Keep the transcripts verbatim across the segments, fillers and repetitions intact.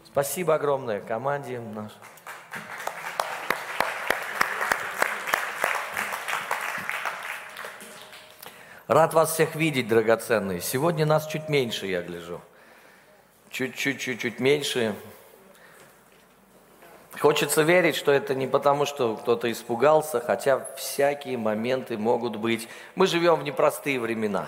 Спасибо огромное команде нашей. Рад вас всех видеть, драгоценные. Сегодня нас чуть меньше, я гляжу. Чуть-чуть-чуть меньше. Хочется верить, что это не потому, что кто-то испугался, хотя всякие моменты могут быть. Мы живем в непростые времена.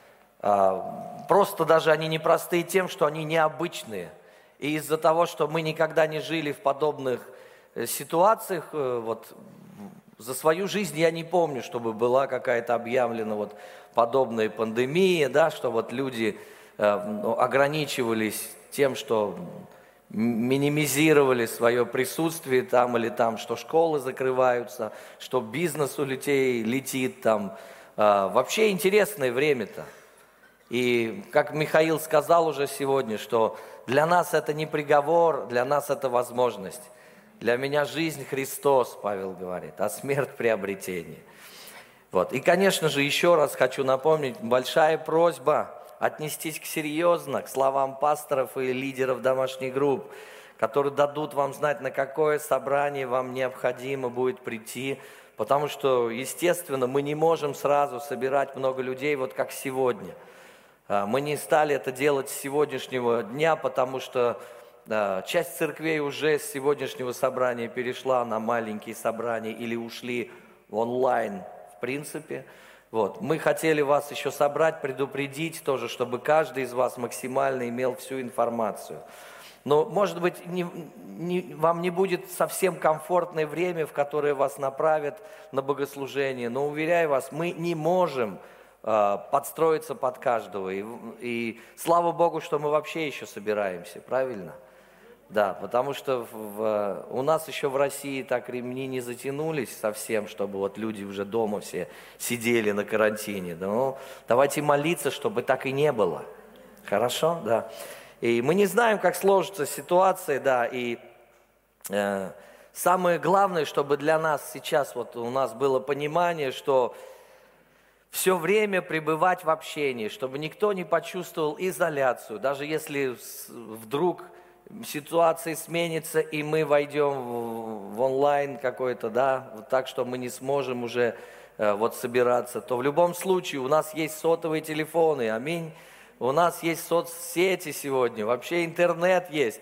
Просто даже они непростые тем, что они необычные. И из-за того, что мы никогда не жили в подобных ситуациях, вот за свою жизнь я не помню, чтобы была какая-то объявлена вот подобная пандемия, да, что вот люди э, ограничивались тем, что минимизировали свое присутствие там или там, что школы закрываются, что бизнес у людей летит там. Э, вообще интересное время-то. И как Михаил сказал уже сегодня, что для нас это не приговор, для нас это возможность. Для меня жизнь Христос, Павел говорит, а смерть приобретение. Вот. И, конечно же, еще раз хочу напомнить, большая просьба отнестись к серьезно к словам пасторов и лидеров домашних групп, которые дадут вам знать, на какое собрание вам необходимо будет прийти, потому что, естественно, мы не можем сразу собирать много людей, вот как сегодня. Мы не стали это делать с сегодняшнего дня, потому что часть церквей уже с сегодняшнего собрания перешла на маленькие собрания или ушли в онлайн, в принципе. Вот. Мы хотели вас еще собрать, предупредить тоже, чтобы каждый из вас максимально имел всю информацию. Но, может быть, не, не, вам не будет совсем комфортное время, в которое вас направят на богослужение, но, уверяю вас, мы не можем э, подстроиться под каждого. И, и слава Богу, что мы вообще еще собираемся, правильно? Да, потому что в, у нас еще в России так ремни не затянулись совсем, чтобы вот люди уже дома все сидели на карантине. Ну, давайте молиться, чтобы так и не было. Хорошо? Да. И мы не знаем, как сложится ситуация, да, и э, самое главное, чтобы для нас сейчас вот у нас было понимание, что все время пребывать в общении, чтобы никто не почувствовал изоляцию, даже если вдруг ситуация сменится, и мы войдем в, в онлайн какой-то, да, вот так, что мы не сможем уже э, вот собираться, то в любом случае у нас есть сотовые телефоны, аминь, у нас есть соцсети сегодня, вообще интернет есть,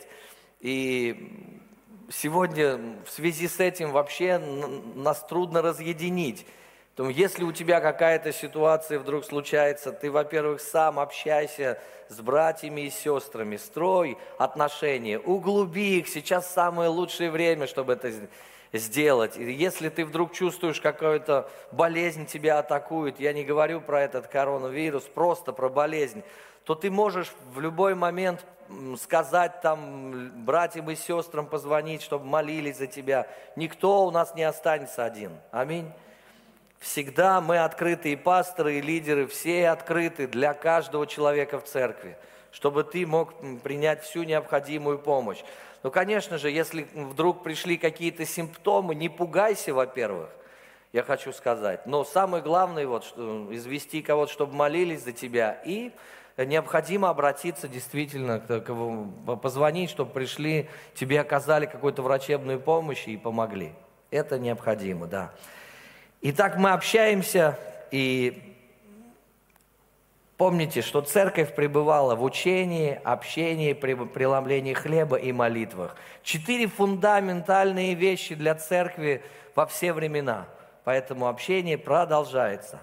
и сегодня в связи с этим вообще нас трудно разъединить. Поэтому если у тебя какая-то ситуация вдруг случается, ты, во-первых, сам общайся с братьями и сестрами, строй отношения, углуби их. Сейчас самое лучшее время, чтобы это сделать. И если ты вдруг чувствуешь, какую-то болезнь тебя атакует, я не говорю про этот коронавирус, просто про болезнь, то ты можешь в любой момент сказать там братьям и сестрам, позвонить, чтобы молились за тебя. Никто у нас не останется один. Аминь. Всегда мы открыты, и пасторы, и лидеры, все открыты для каждого человека в церкви, чтобы ты мог принять всю необходимую помощь. Ну, конечно же, если вдруг пришли какие-то симптомы, не пугайся, во-первых, я хочу сказать. Но самое главное, вот, что, извести кого-то, чтобы молились за тебя, и необходимо обратиться действительно, позвонить, чтобы пришли, тебе оказали какую-то врачебную помощь и помогли. Это необходимо, да. Итак, мы общаемся, и помните, что церковь пребывала в учении, общении, преломлении хлеба и молитвах. Четыре фундаментальные вещи для церкви во все времена, поэтому общение продолжается.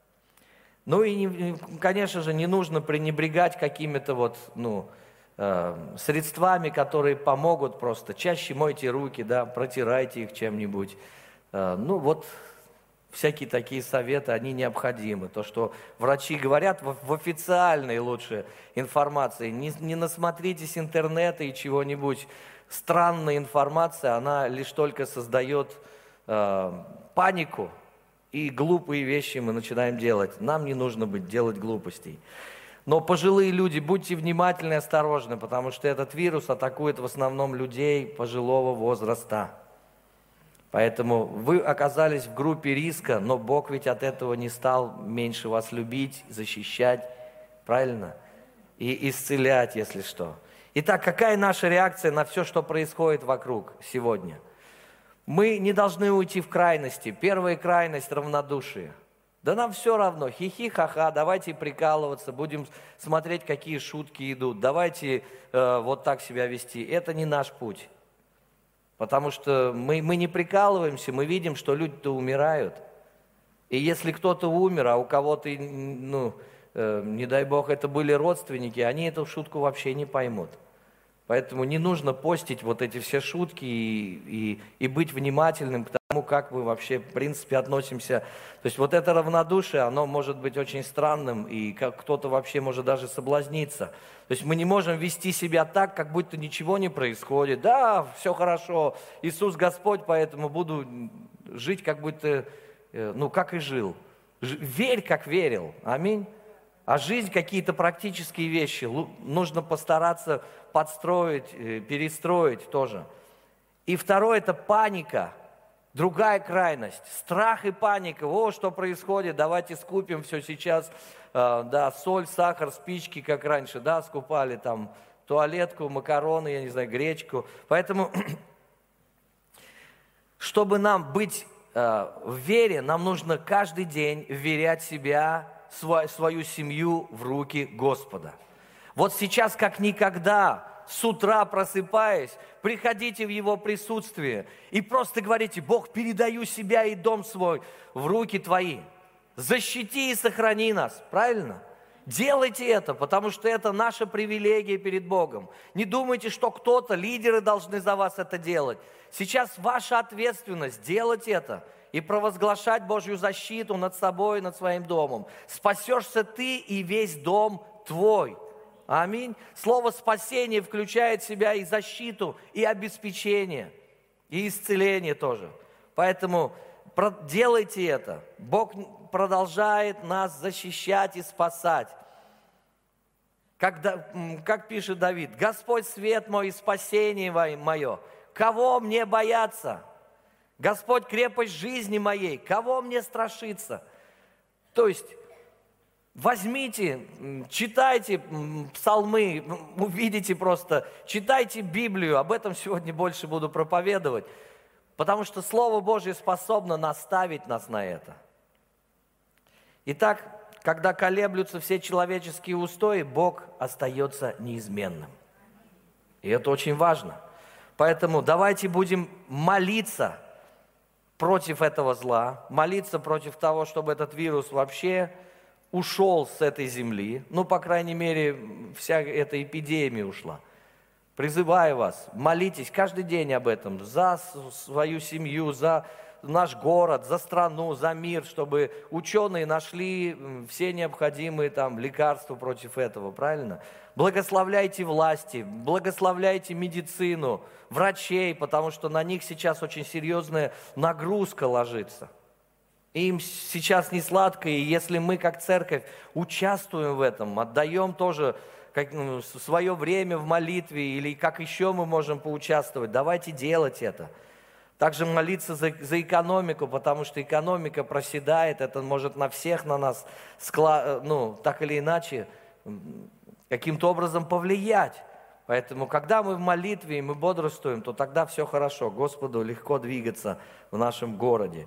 Ну и, конечно же, не нужно пренебрегать какими-то вот, ну, э, средствами, которые помогут просто. Чаще мойте руки, да, протирайте их чем-нибудь. Э, ну вот... Всякие такие советы, они необходимы. То, что врачи говорят в, в официальной лучше информации. Не, не насмотритесь интернета и чего-нибудь. Странная информация, она лишь только создает э, панику. И глупые вещи мы начинаем делать. Нам не нужно быть делать глупостей. Но пожилые люди, будьте внимательны и осторожны, потому что этот вирус атакует в основном людей пожилого возраста. Поэтому вы оказались в группе риска, но Бог ведь от этого не стал меньше вас любить, защищать, правильно? И исцелять, если что. Итак, какая наша реакция на все, что происходит вокруг сегодня? Мы не должны уйти в крайности. Первая крайность – равнодушие. Да нам все равно, хихи, ха-ха, давайте прикалываться, будем смотреть, какие шутки идут, давайте э, вот так себя вести. Это не наш путь. Потому что мы, мы не прикалываемся, мы видим, что люди-то умирают. И если кто-то умер, а у кого-то, ну, э, не дай бог, это были родственники, они эту шутку вообще не поймут. Поэтому не нужно постить вот эти все шутки и, и, и быть внимательным к тому, как мы вообще, в принципе, относимся. То есть вот это равнодушие, оно может быть очень странным, и как кто-то вообще может даже соблазниться. То есть мы не можем вести себя так, как будто ничего не происходит. Да, все хорошо, Иисус Господь, поэтому буду жить, как будто, ну, как и жил. Верь, как верил. Аминь. А жизнь, какие-то практические вещи, нужно постараться подстроить, перестроить тоже. И второе – это паника, другая крайность, страх и паника. О, что происходит, давайте скупим все сейчас, да, соль, сахар, спички, как раньше, да, скупали там туалетку, макароны, я не знаю, гречку. Поэтому, чтобы нам быть в вере, нам нужно каждый день вверять себя, свою семью в руки Господа. Вот сейчас, как никогда, с утра просыпаясь, приходите в Его присутствие и просто говорите: Бог, передаю себя и дом свой в руки Твои. Защити и сохрани нас. Правильно? Делайте это, потому что это наша привилегия перед Богом. Не думайте, что кто-то, лидеры должны за вас это делать. Сейчас ваша ответственность делать это и провозглашать Божью защиту над собой и над своим домом. Спасешься ты и весь дом твой. Аминь. Слово «спасение» включает в себя и защиту, и обеспечение, и исцеление тоже. Поэтому делайте это. Бог продолжает нас защищать и спасать. Как, как пишет Давид: «Господь свет мой и спасение мое, кого мне бояться? Господь крепость жизни моей, кого мне страшиться?» То есть возьмите, читайте псалмы, увидите просто, читайте Библию, об этом сегодня больше буду проповедовать, потому что Слово Божье способно наставить нас на это. Итак, когда колеблются все человеческие устои, Бог остается неизменным. И это очень важно. Поэтому давайте будем молиться против этого зла, молиться против того, чтобы этот вирус вообще ушел с этой земли. Ну, по крайней мере, вся эта эпидемия ушла. Призываю вас, молитесь каждый день об этом, за свою семью, за наш город, за страну, за мир, чтобы ученые нашли все необходимые там лекарства против этого, правильно? Благословляйте власти, благословляйте медицину, врачей, потому что на них сейчас очень серьезная нагрузка ложится. Им сейчас не сладко, и если мы как церковь участвуем в этом, отдаем тоже как, ну, свое время в молитве, или как еще мы можем поучаствовать, давайте делать это. Также молиться за, за экономику, потому что экономика проседает, это может на всех на нас, скла, ну, так или иначе, каким-то образом повлиять. Поэтому, когда мы в молитве и мы бодрствуем, то тогда все хорошо, Господу легко двигаться в нашем городе.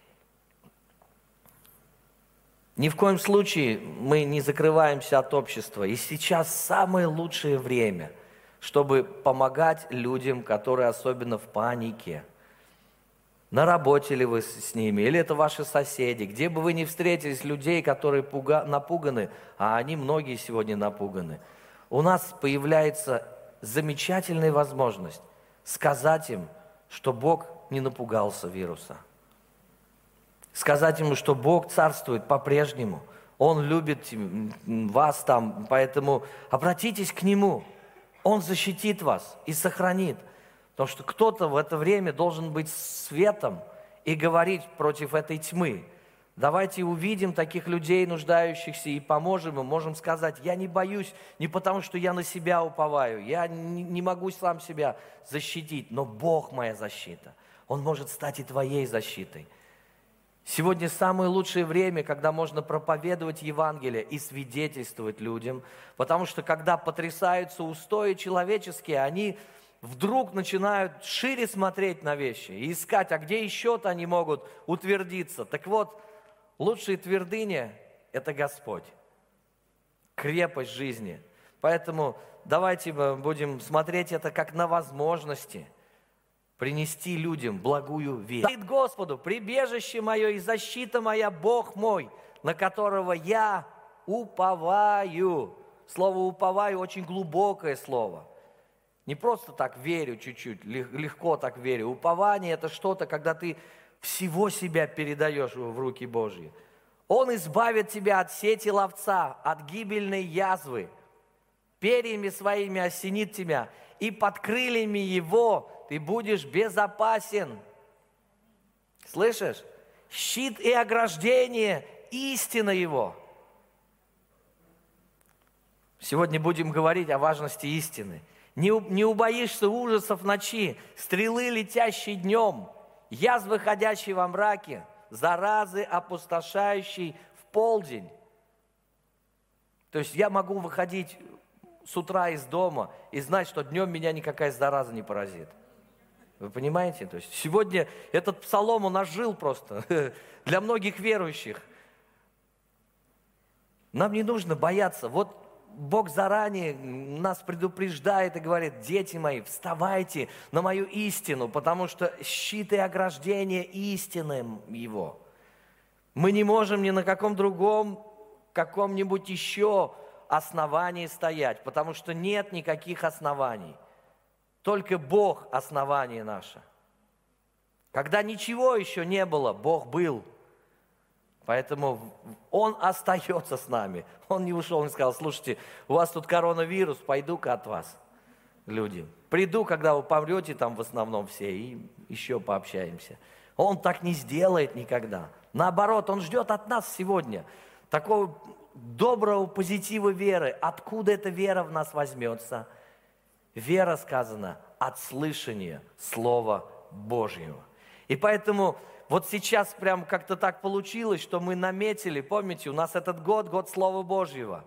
Ни в коем случае мы не закрываемся от общества. И сейчас самое лучшее время, чтобы помогать людям, которые особенно в панике. На работе ли вы с ними, или это ваши соседи. Где бы вы ни встретились, людей, которые пуга... напуганы, а они многие сегодня напуганы, у нас появляется замечательная возможность сказать им, что Бог не напугался вируса. Сказать ему, что Бог царствует по-прежнему. Он любит вас там, поэтому обратитесь к Нему. Он защитит вас и сохранит. Потому что кто-то в это время должен быть светом и говорить против этой тьмы. Давайте увидим таких людей, нуждающихся, и поможем им. Можем сказать: я не боюсь не потому, что я на себя уповаю, я не могу сам себя защитить, но Бог моя защита. Он может стать и твоей защитой. Сегодня самое лучшее время, когда можно проповедовать Евангелие и свидетельствовать людям, потому что когда потрясаются устои человеческие, они вдруг начинают шире смотреть на вещи и искать, а где еще-то они могут утвердиться. Так вот, лучшая твердыня – это Господь, крепость жизни. Поэтому давайте будем смотреть это как на возможности принести людям благую весть. Говорит Господу: прибежище мое и защита моя, Бог мой, на которого я уповаю. Слово «уповаю» очень глубокое слово. Не просто так верю чуть-чуть, легко так верю. Упование – это что-то, когда ты всего себя передаешь в руки Божьи. Он избавит тебя от сети ловца, от гибельной язвы. Перьями своими осенит тебя, и под крыльями его ты будешь безопасен. Слышишь? Щит и ограждение – истина его. Сегодня будем говорить о важности истины. Не, не убоишься ужасов ночи, стрелы, летящей днем, язвы, ходящей во мраке, заразы, опустошающей в полдень. То есть я могу выходить с утра из дома и знать, что днем меня никакая зараза не поразит. Вы понимаете? То есть сегодня этот псалом, он ожил просто для многих верующих. Нам не нужно бояться. Вот Бог заранее нас предупреждает и говорит: дети мои, вставайте на мою истину, потому что щит и ограждение истины его. Мы не можем ни на каком другом, каком-нибудь еще основании стоять, потому что нет никаких оснований. Только Бог – основание наше. Когда ничего еще не было, Бог был. Поэтому Он остается с нами. Он не ушел, Он сказал: слушайте, у вас тут коронавирус, пойду-ка от вас, люди. Приду, когда вы помрете там в основном все, и еще пообщаемся. Он так не сделает никогда. Наоборот, Он ждет от нас сегодня такого доброго позитива веры. Откуда эта вера в нас возьмется? Вера, сказано, от слышания Слова Божьего. И поэтому вот сейчас прям как-то так получилось, что мы наметили, помните, у нас этот год, год Слова Божьего.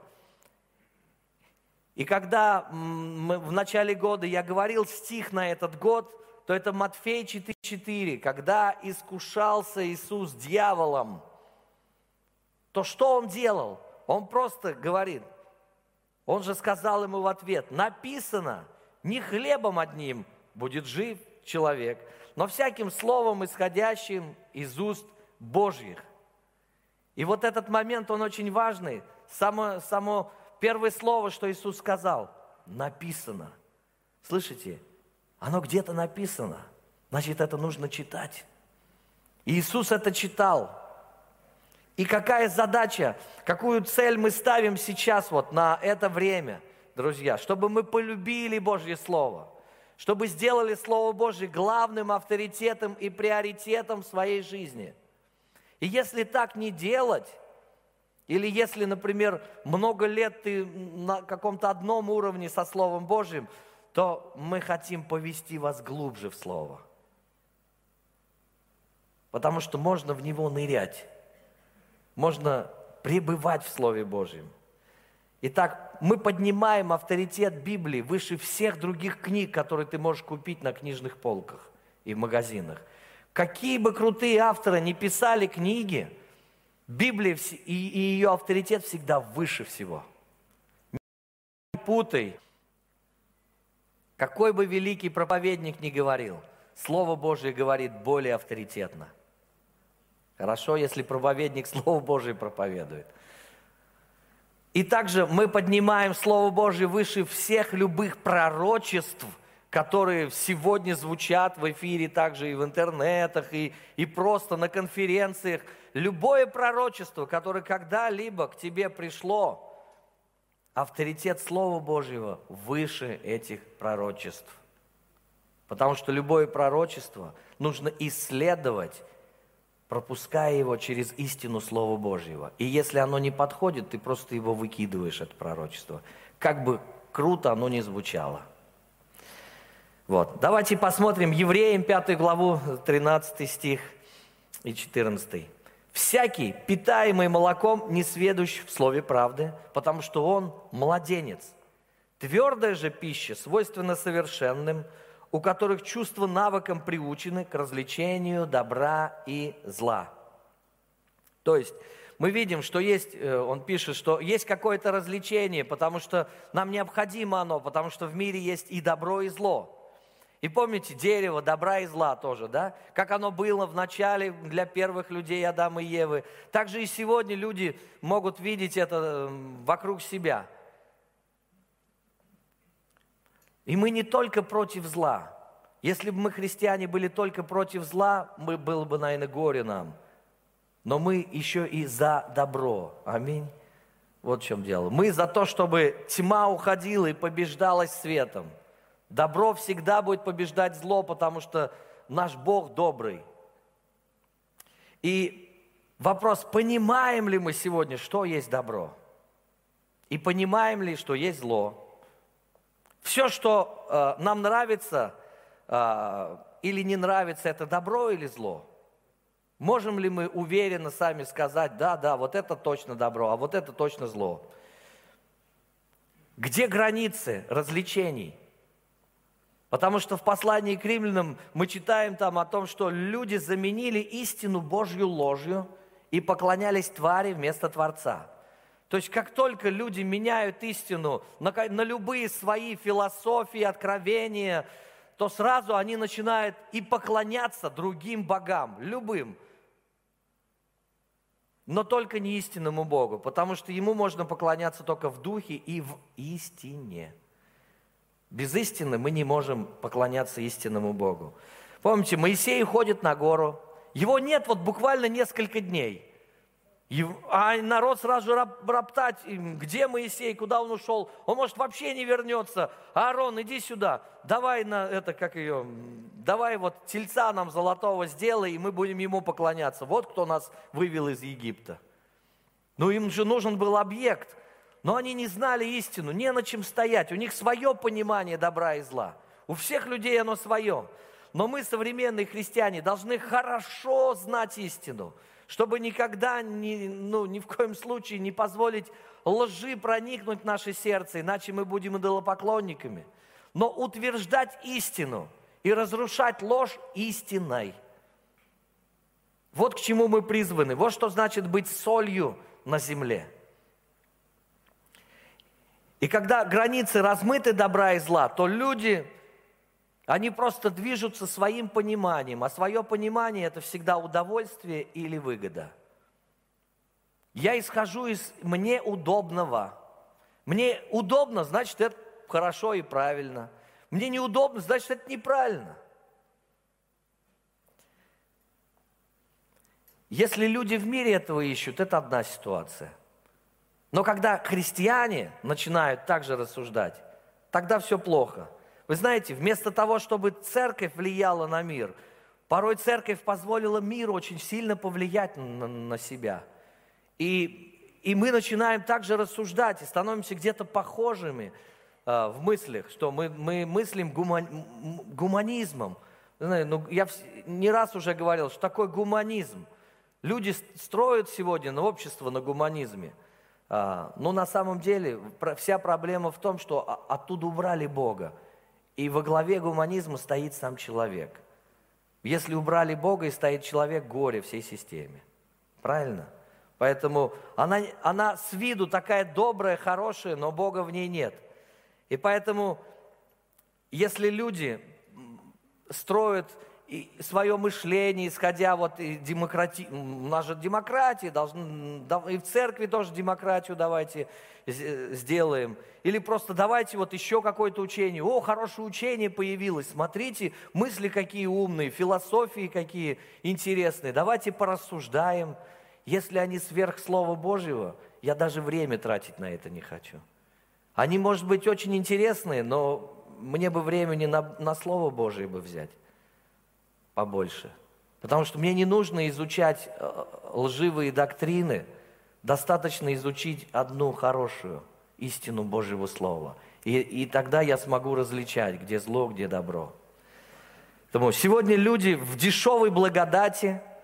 И когда мы, в начале года я говорил стих на этот год, то это Матфея четыре четыре. Когда искушался Иисус дьяволом, то что Он делал? Он просто говорит, Он же сказал ему в ответ: написано, не хлебом одним будет жив человек, но всяким словом, исходящим из уст Божьих. И вот этот момент, он очень важный. Само, само первое слово, что Иисус сказал, написано. Слышите? Оно где-то написано. Значит, это нужно читать. И Иисус это читал. И какая задача, какую цель мы ставим сейчас вот на это время, друзья? Чтобы мы полюбили Божье Слово. Чтобы сделали Слово Божье главным авторитетом и приоритетом в своей жизни. И если так не делать, или если, например, много лет ты на каком-то одном уровне со Словом Божьим, то мы хотим повести вас глубже в Слово. Потому что можно в него нырять, можно пребывать в Слове Божьем. Итак, мы поднимаем авторитет Библии выше всех других книг, которые ты можешь купить на книжных полках и в магазинах. Какие бы крутые авторы ни писали книги, Библия и ее авторитет всегда выше всего. Не путай. Какой бы великий проповедник ни говорил, Слово Божие говорит более авторитетно. Хорошо, если проповедник Слово Божие проповедует. И также мы поднимаем Слово Божие выше всех любых пророчеств, которые сегодня звучат в эфире, также и в интернетах, и, и просто на конференциях. Любое пророчество, которое когда-либо к тебе пришло, авторитет Слова Божьего выше этих пророчеств. Потому что любое пророчество нужно исследовать, пропуская его через истину Слова Божьего. И если оно не подходит, ты просто его выкидываешь, это пророчество. Как бы круто оно ни звучало. Вот. Давайте посмотрим Евреям пятую главу, тринадцатый стих и четырнадцатый. Всякий, питаемый молоком, не сведущ в слове правды, потому что он младенец. Твердая же пища свойственна совершенным, у которых чувства навыком приучены к развлечению добра и зла. То есть мы видим, что есть, он пишет, что есть какое-то развлечение, потому что нам необходимо оно, потому что в мире есть и добро, и зло. И помните, дерево добра и зла тоже, да? Как оно было в начале для первых людей Адама и Евы. Так же и сегодня люди могут видеть это вокруг себя. И мы не только против зла. Если бы мы, христиане, были только против зла, мы было бы, наверное, горе нам. Но мы еще и за добро. Аминь. Вот в чем дело. Мы за то, чтобы тьма уходила и побеждалась светом. Добро всегда будет побеждать зло, потому что наш Бог добрый. И вопрос, понимаем ли мы сегодня, что есть добро? И понимаем ли, что есть зло? Все, что э, нам нравится э, или не нравится, это добро или зло? Можем ли мы уверенно сами сказать, да, да, вот это точно добро, а вот это точно зло? Где границы развлечений? Потому что в послании к римлянам мы читаем там о том, что люди заменили истину Божью ложью и поклонялись твари вместо Творца. То есть как только люди меняют истину на, на любые свои философии, откровения, то сразу они начинают и поклоняться другим богам, любым. Но только не истинному Богу, потому что Ему можно поклоняться только в духе и в истине. Без истины мы не можем поклоняться истинному Богу. Помните, Моисей уходит на гору, его нет вот буквально несколько дней. А народ сразу же роптать, где Моисей, куда он ушел, он может вообще не вернется. Аарон, иди сюда, давай на это, как ее, давай вот тельца нам золотого сделай, и мы будем ему поклоняться. Вот кто нас вывел из Египта. Ну им же нужен был объект, но они не знали истину, не на чем стоять, у них свое понимание добра и зла. У всех людей оно свое. Но мы, современные христиане, должны хорошо знать истину, чтобы никогда, ни, ну, ни в коем случае не позволить лжи проникнуть в наше сердце, иначе мы будем идолопоклонниками. Но утверждать истину и разрушать ложь истиной. Вот к чему мы призваны. Вот что значит быть солью на земле. И когда границы размыты добра и зла, то люди, они просто движутся своим пониманием, а свое понимание – это всегда удовольствие или выгода. Я исхожу из «мне удобного». Мне удобно, значит, это хорошо и правильно. Мне неудобно, значит, это неправильно. Если люди в мире этого ищут, это одна ситуация. Но когда христиане начинают так же рассуждать, тогда все плохо. Вы знаете, вместо того, чтобы церковь влияла на мир, порой церковь позволила миру очень сильно повлиять на, на себя. И, и мы начинаем также рассуждать и становимся где-то похожими э, в мыслях, что мы, мы мыслим гумани, гуманизмом. Знаете, ну, я не раз уже говорил, что такое гуманизм. Люди строят сегодня на общество на гуманизме. А, но на самом деле вся проблема в том, что оттуда убрали Бога. И во главе гуманизма стоит сам человек. Если убрали Бога, и стоит человек, горе всей системе. Правильно? Поэтому она, она с виду такая добрая, хорошая, но Бога в ней нет. И поэтому, если люди строят свое мышление, исходя вот из демократии, у нас же демократия, должны, и в церкви тоже демократию давайте сделаем. Или просто давайте вот еще какое-то учение. О, хорошее учение появилось, смотрите, мысли какие умные, философии какие интересные. Давайте порассуждаем. Если они сверх Слова Божьего, я даже время тратить на это не хочу. Они, может быть, очень интересные, но мне бы времени на, на Слово Божие бы взять побольше. Потому что мне не нужно изучать лживые доктрины, достаточно изучить одну хорошую истину Божьего Слова. И, и тогда я смогу различать, где зло, где добро. Поэтому сегодня люди в дешевой благодати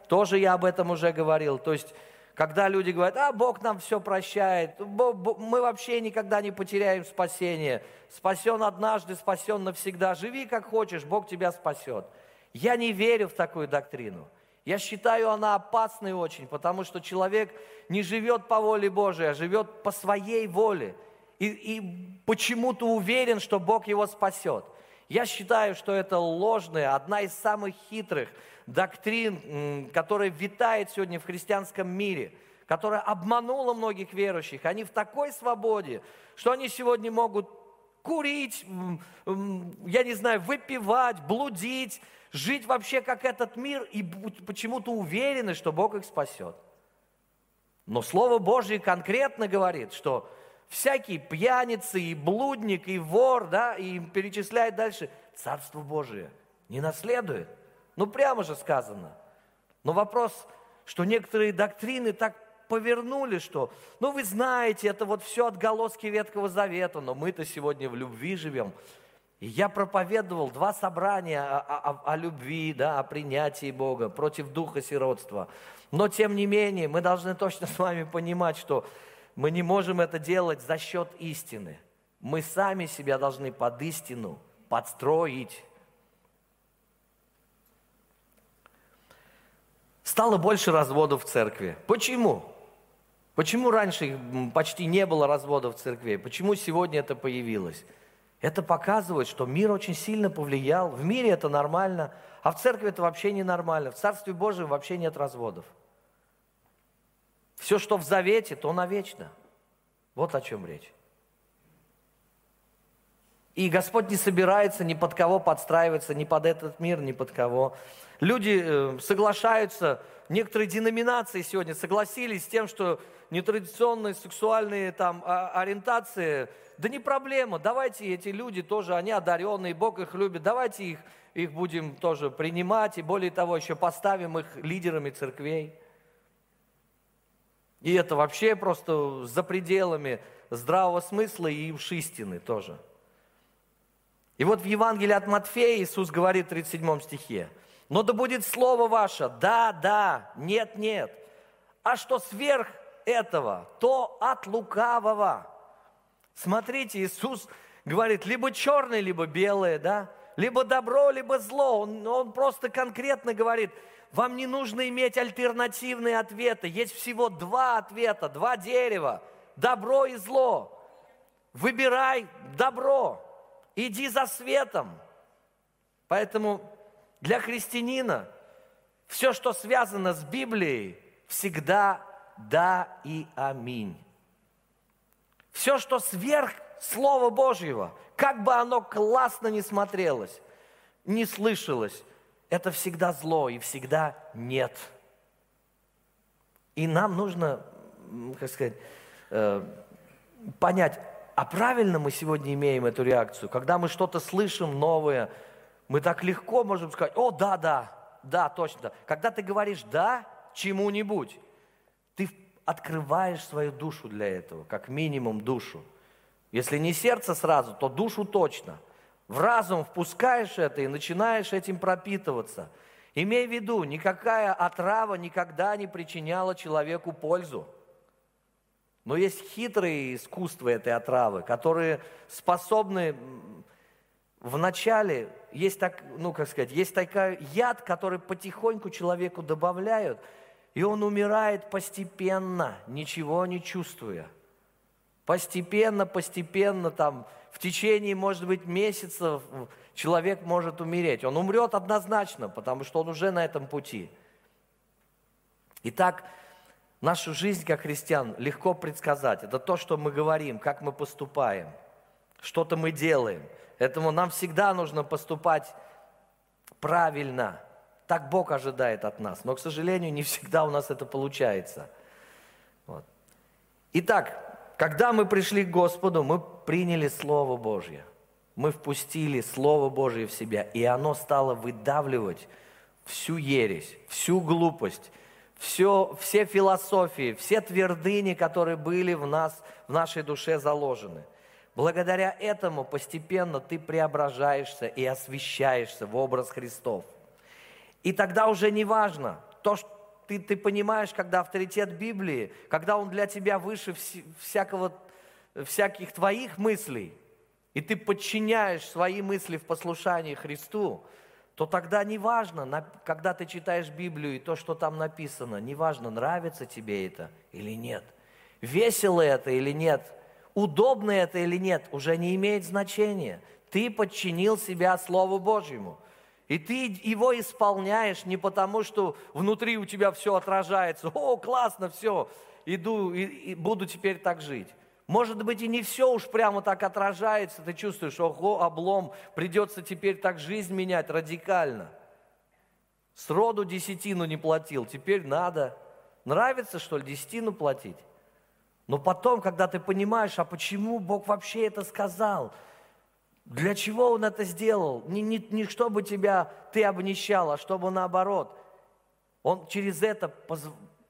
тоже я об этом уже говорил. То есть, когда люди говорят, а Бог нам все прощает, мы вообще никогда не потеряем спасение. Спасен однажды, спасен навсегда. Живи как хочешь, Бог тебя спасет. Я не верю в такую доктрину. Я считаю, она опасной очень, потому что человек не живет по воле Божией, а живет по своей воле. И, и почему-то уверен, что Бог его спасет. Я считаю, что это ложная, одна из самых хитрых доктрин, которая витает сегодня в христианском мире, которая обманула многих верующих. Они в такой свободе, что они сегодня могут курить, я не знаю, выпивать, блудить, жить вообще как этот мир и почему-то уверены, что Бог их спасет. Но Слово Божье конкретно говорит, что всякий пьяница и блудник, и вор, да, и перечисляет дальше, Царство Божие не наследует. Ну, прямо же сказано. Но вопрос, что некоторые доктрины так повернули, что, ну, вы знаете, это вот все отголоски Ветхого Завета, но мы-то сегодня в любви живем. И я проповедовал два собрания о, о, о любви, да, о принятии Бога против духа сиротства. Но, тем не менее, мы должны точно с вами понимать, что мы не можем это делать за счет истины. Мы сами себя должны под истину подстроить. Стало больше разводов в церкви. Почему? Почему раньше почти не было разводов в церкви? Почему сегодня это появилось? Это показывает, что мир очень сильно повлиял. В мире это нормально, а в церкви это вообще ненормально. В Царстве Божьем вообще нет разводов. Все, что в завете, то навечно. Вот о чем речь. И Господь не собирается ни под кого подстраиваться, ни под этот мир, ни под кого. Люди соглашаются, некоторые деноминации сегодня согласились с тем, что нетрадиционные сексуальные там ориентации, да не проблема, давайте эти люди тоже, они одаренные, Бог их любит, давайте их, их будем тоже принимать, и более того, еще поставим их лидерами церквей. И это вообще просто за пределами здравого смысла и уж истины тоже. И вот в Евангелии от Матфея Иисус говорит в тридцать седьмом стихе: «Но да будет слово ваше, да, да, нет, нет, а что сверх этого, то от лукавого». Смотрите, Иисус говорит, либо черное, либо белое, да, либо добро, либо зло. Он, он просто конкретно говорит, вам не нужно иметь альтернативные ответы. Есть всего два ответа, два дерева, добро и зло. Выбирай добро, иди за светом. Поэтому для христианина все, что связано с Библией, всегда да и аминь. Все, что сверх Слова Божьего, как бы оно классно ни смотрелось, не слышалось, это всегда зло и всегда нет. И нам нужно, как сказать, понять, а правильно мы сегодня имеем эту реакцию? Когда мы что-то слышим новое, мы так легко можем сказать, о, да, да, да, точно. Когда ты говоришь «да» чему-нибудь, ты открываешь свою душу для этого, как минимум душу. Если не сердце сразу, то душу точно. В разум впускаешь это и начинаешь этим пропитываться. Имей в виду, никакая отрава никогда не причиняла человеку пользу. Но есть хитрые искусства этой отравы, которые способны вначале, есть так, ну как сказать, есть такой яд, который потихоньку человеку добавляют, и он умирает постепенно, ничего не чувствуя. Постепенно, постепенно, там, в течение, может быть, месяцев человек может умереть. Он умрет однозначно, потому что он уже на этом пути. Итак, нашу жизнь как христиан легко предсказать. Это то, что мы говорим, как мы поступаем, что-то мы делаем. Поэтому нам всегда нужно поступать правильно. Так Бог ожидает от нас. Но, к сожалению, не всегда у нас это получается. Вот. Итак, когда мы пришли к Господу, мы приняли Слово Божье. Мы впустили Слово Божье в себя, и оно стало выдавливать всю ересь, всю глупость, все, все философии, все твердыни, которые были в нас, в нашей душе заложены. Благодаря этому постепенно ты преображаешься и освящаешься в образ Христов. И тогда уже не важно то, ты, ты понимаешь, когда авторитет Библии, когда он для тебя выше вс- всякого, всяких твоих мыслей, и ты подчиняешь свои мысли в послушании Христу, то тогда неважно, когда ты читаешь Библию и то, что там написано, неважно, нравится тебе это или нет, весело это или нет, удобно это или нет, уже не имеет значения. Ты подчинил себя Слову Божьему. И ты его исполняешь не потому, что внутри у тебя все отражается. О, классно, все, иду и, и буду теперь так жить. Может быть, и не все уж прямо так отражается. Ты чувствуешь, ого, облом, придется теперь так жизнь менять радикально. Сроду десятину не платил, теперь надо. Нравится, что ли, десятину платить? Но потом, когда ты понимаешь, а почему Бог вообще это сказал? Для чего Он это сделал? Не, не, не чтобы тебя ты обнищал, а чтобы наоборот. Он через это поз...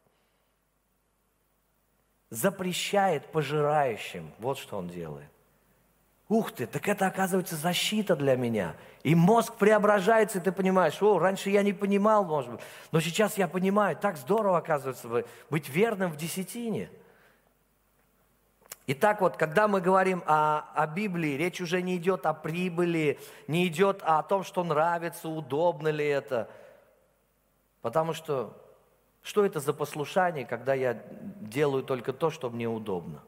запрещает пожирающим. Вот что Он делает. Ух ты, так это оказывается защита для меня. И мозг преображается, и ты понимаешь, о, раньше я не понимал, может быть, но сейчас я понимаю, так здорово, оказывается, быть верным в десятине. Итак, вот, когда мы говорим о, о Библии, речь уже не идет о прибыли, не идет о том, что нравится, удобно ли это. Потому что, что это за послушание, когда я делаю только то, что мне удобно?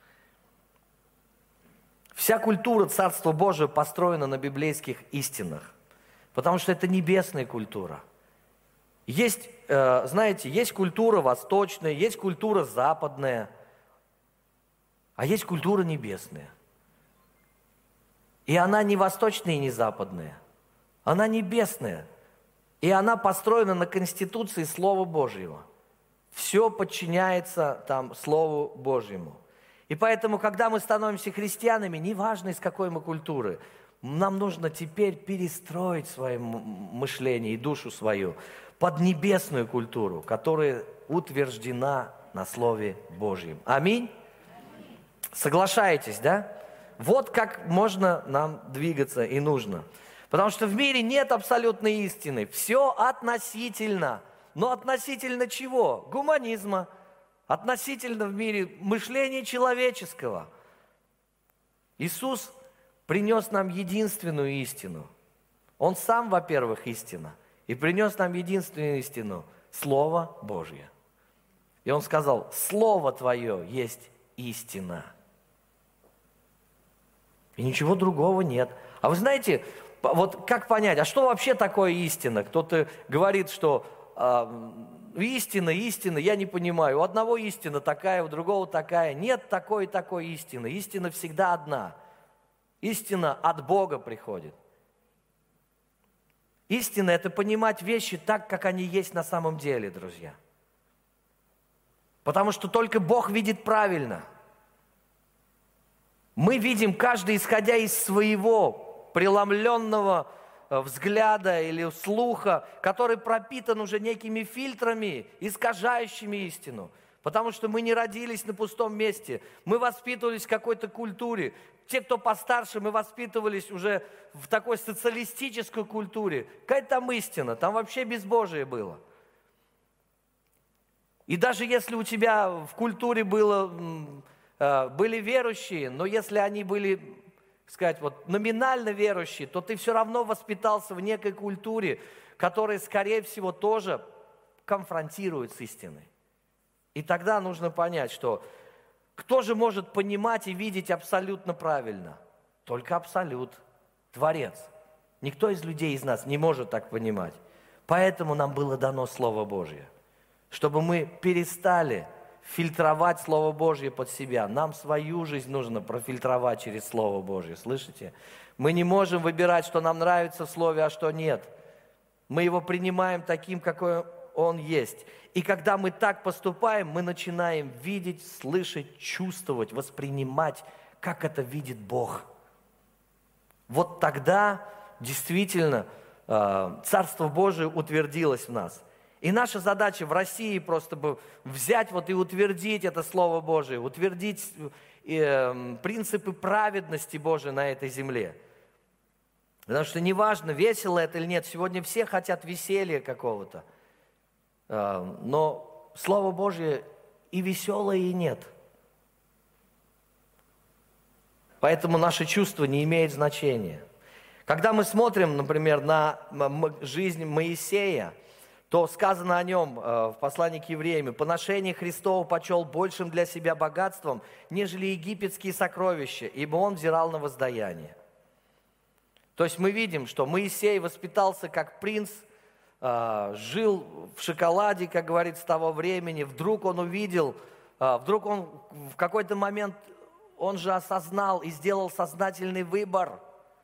Вся культура Царства Божия построена на библейских истинах, потому что это небесная культура. Есть, э, знаете, есть культура восточная, есть культура западная, а есть культура небесная. И она не восточная и не западная. Она небесная. И она построена на конституции Слова Божьего. Все подчиняется там Слову Божьему. И поэтому, когда мы становимся христианами, неважно из какой мы культуры, нам нужно теперь перестроить свое мышление и душу свою под небесную культуру, которая утверждена на Слове Божьем. Аминь. Соглашаетесь, да? Вот как можно нам двигаться и нужно. Потому что в мире нет абсолютной истины. Все относительно. Но относительно чего? Гуманизма. Относительно в мире мышления человеческого. Иисус принес нам единственную истину. Он сам, во-первых, истина. И принес нам единственную истину – Слово Божье. И Он сказал, Слово Твое есть истина. И ничего другого нет. А вы знаете, вот как понять, а что вообще такое истина? Кто-то говорит, что э, истина, истина, я не понимаю. У одного истина такая, у другого такая. Нет такой и такой истины. Истина всегда одна. Истина от Бога приходит. Истина – это понимать вещи так, как они есть на самом деле, друзья. Потому что только Бог видит правильно. Мы видим каждый, исходя из своего преломленного взгляда или слуха, который пропитан уже некими фильтрами, искажающими истину. Потому что мы не родились на пустом месте. Мы воспитывались в какой-то культуре. Те, кто постарше, мы воспитывались уже в такой социалистической культуре. Какая там истина? Там вообще безбожие было. И даже если у тебя в культуре было... были верующие, но если они были, так сказать, вот, номинально верующие, то ты все равно воспитался в некой культуре, которая, скорее всего, тоже конфронтирует с истиной. И тогда нужно понять, что кто же может понимать и видеть абсолютно правильно? Только Абсолют, Творец. Никто из людей, из нас не может так понимать. Поэтому нам было дано Слово Божье, чтобы мы перестали фильтровать Слово Божье под себя. Нам свою жизнь нужно профильтровать через Слово Божье. Слышите? Мы не можем выбирать, что нам нравится в Слове, а что нет. Мы его принимаем таким, какой он есть. И когда мы так поступаем, мы начинаем видеть, слышать, чувствовать, воспринимать, как это видит Бог. Вот тогда действительно Царство Божие утвердилось в нас. И наша задача в России просто бы взять вот и утвердить это Слово Божие, утвердить э, принципы праведности Божией на этой земле. Потому что неважно, весело это или нет, сегодня все хотят веселья какого-то. Но Слово Божье и веселое, и нет. Поэтому наши чувства не имеют значения. Когда мы смотрим, например, на жизнь Моисея, то сказано о нем в послании к евреям: «Поношение Христово почел большим для себя богатством, нежели египетские сокровища, ибо он взирал на воздаяние». То есть мы видим, что Моисей воспитался как принц, жил в шоколаде, как говорится, с того времени. Вдруг он увидел, вдруг он в какой-то момент, он же осознал и сделал сознательный выбор.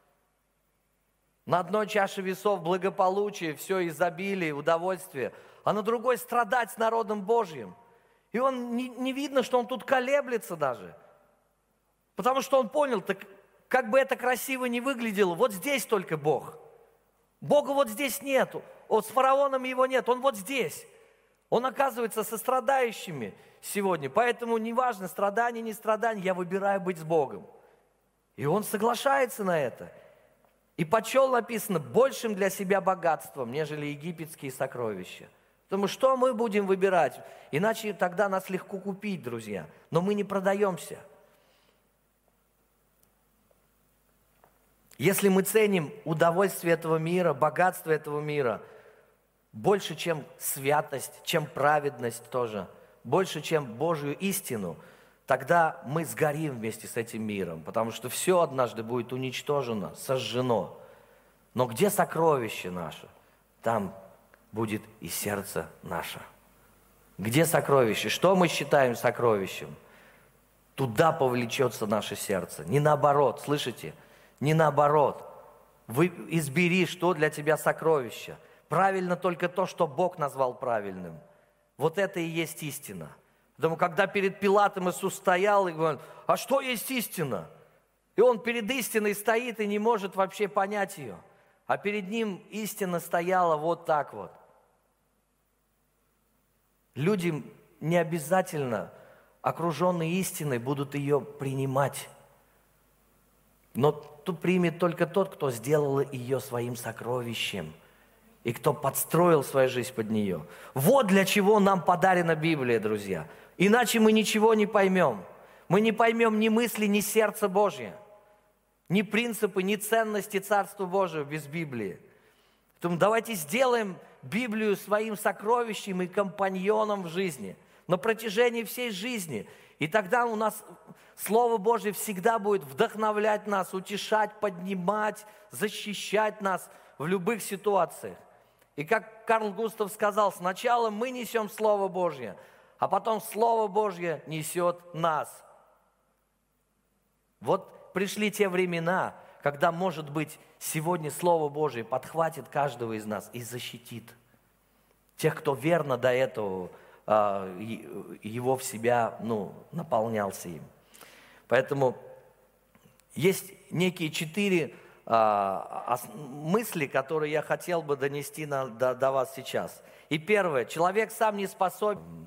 На одной чаше весов благополучие, все изобилие, удовольствие, а на другой страдать с народом Божьим. И он не, не видно, что он тут колеблется даже. Потому что он понял, так как бы это красиво не выглядело, вот здесь только Бог. Бога вот здесь нету. Вот с фараоном его нет, он вот здесь. Он оказывается со страдающими сегодня. Поэтому неважно, страдание, не страдание, я выбираю быть с Богом. И он соглашается на это. И почел, написано, большим для себя богатством, нежели египетские сокровища. Потому что мы будем выбирать? Иначе тогда нас легко купить, друзья. Но мы не продаемся. Если мы ценим удовольствие этого мира, богатство этого мира, больше, чем святость, чем праведность тоже, больше, чем Божью истину, тогда мы сгорим вместе с этим миром, потому что все однажды будет уничтожено, сожжено. Но где сокровище наше, там будет и сердце наше. Где сокровище? Что мы считаем сокровищем? Туда повлечется наше сердце. Не наоборот, слышите? Не наоборот. Вы избери, что для тебя сокровище. Правильно только то, что Бог назвал правильным. Вот это и есть истина. Потому когда перед Пилатом Иисус стоял и говорит: а что есть истина? И он перед истиной стоит и не может вообще понять ее. А перед ним истина стояла вот так вот. Люди не обязательно, окруженные истиной, будут ее принимать. Но тут примет только тот, кто сделал ее своим сокровищем. И кто подстроил свою жизнь под нее. Вот для чего нам подарена Библия, друзья. Иначе мы ничего не поймем. Мы не поймем ни мысли, ни сердца Божье, ни принципы, ни ценности Царства Божьего без Библии. Поэтому давайте сделаем Библию своим сокровищем и компаньоном в жизни. На протяжении всей жизни. И тогда у нас Слово Божье всегда будет вдохновлять нас, утешать, поднимать, защищать нас в любых ситуациях. И как Карл Густав сказал, сначала мы несем Слово Божье, а потом Слово Божье несет нас. Вот пришли те времена, когда, может быть, сегодня Слово Божье подхватит каждого из нас и защитит тех, кто верно до этого его в себя, ну, наполнялся им. Поэтому есть некие четыре а, мысли, которые я хотел бы донести на, до, до вас сейчас. И первое. Человек сам не способен.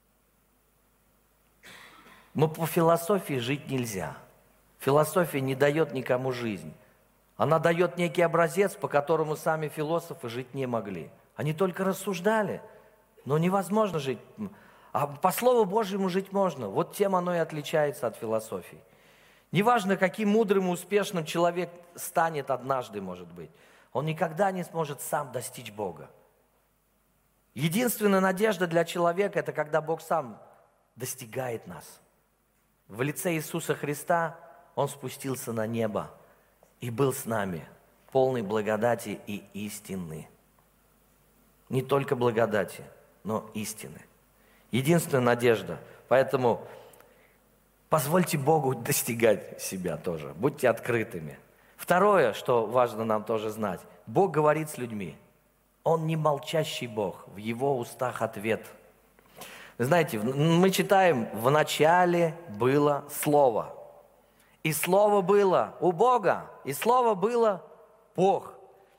Но по философии жить нельзя. Философия не дает никому жизнь. Она дает некий образец, по которому сами философы жить не могли. Они только рассуждали. Но невозможно жить. А по Слову Божьему жить можно. Вот тем оно и отличается от философии. Неважно, каким мудрым и успешным человек станет однажды, может быть, он никогда не сможет сам достичь Бога. Единственная надежда для человека – это когда Бог сам достигает нас. В лице Иисуса Христа Он спустился на небо и был с нами, полный благодати и истины. Не только благодати, но истины. Единственная надежда. Поэтому позвольте Богу достигать себя тоже. Будьте открытыми. Второе, что важно нам тоже знать. Бог говорит с людьми. Он не молчащий Бог. В Его устах ответ. Вы знаете, мы читаем: в начале было Слово. И Слово было у Бога. И Слово было Бог.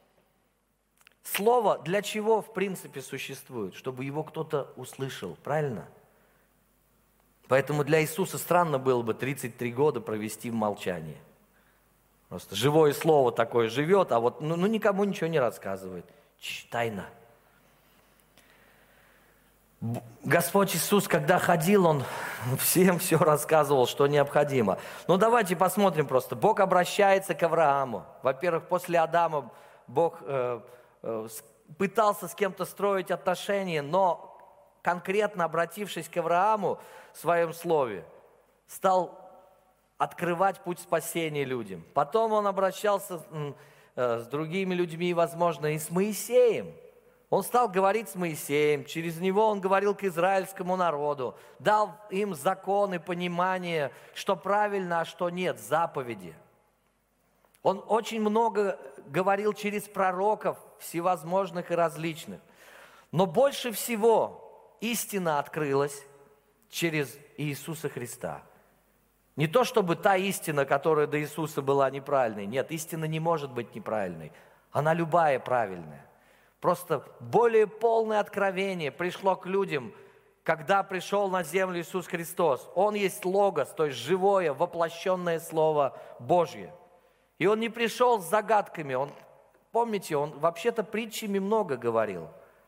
Слово для чего, в принципе, существует? Чтобы его кто-то услышал, правильно? Поэтому для Иисуса странно было бы тридцать три года провести в молчании. Просто живое слово такое живет, а вот ну, ну, никому ничего не рассказывает. Чш, тайна. Господь Иисус, когда ходил, Он всем все рассказывал, что необходимо. Но давайте посмотрим просто. Бог обращается к Аврааму. Во-первых, после Адама Бог э, э, пытался с кем-то строить отношения, но конкретно обратившись к Аврааму в своем слове, стал открывать путь спасения людям. Потом Он обращался э, с другими людьми, возможно, и с Моисеем. Он стал говорить с Моисеем, через него он говорил к израильскому народу, дал им законы, понимание, что правильно, а что нет, заповеди. Он очень много говорил через пророков, всевозможных и различных. Но больше всего истина открылась через Иисуса Христа. Не то, чтобы та истина, которая до Иисуса была неправильной. Нет, истина не может быть неправильной. Она любая правильная. Просто более полное откровение пришло к людям, когда пришел на землю Иисус Христос. Он есть Логос, то есть живое, воплощенное Слово Божье. И Он не пришел с загадками. Он, помните, Он вообще-то притчами много говорил.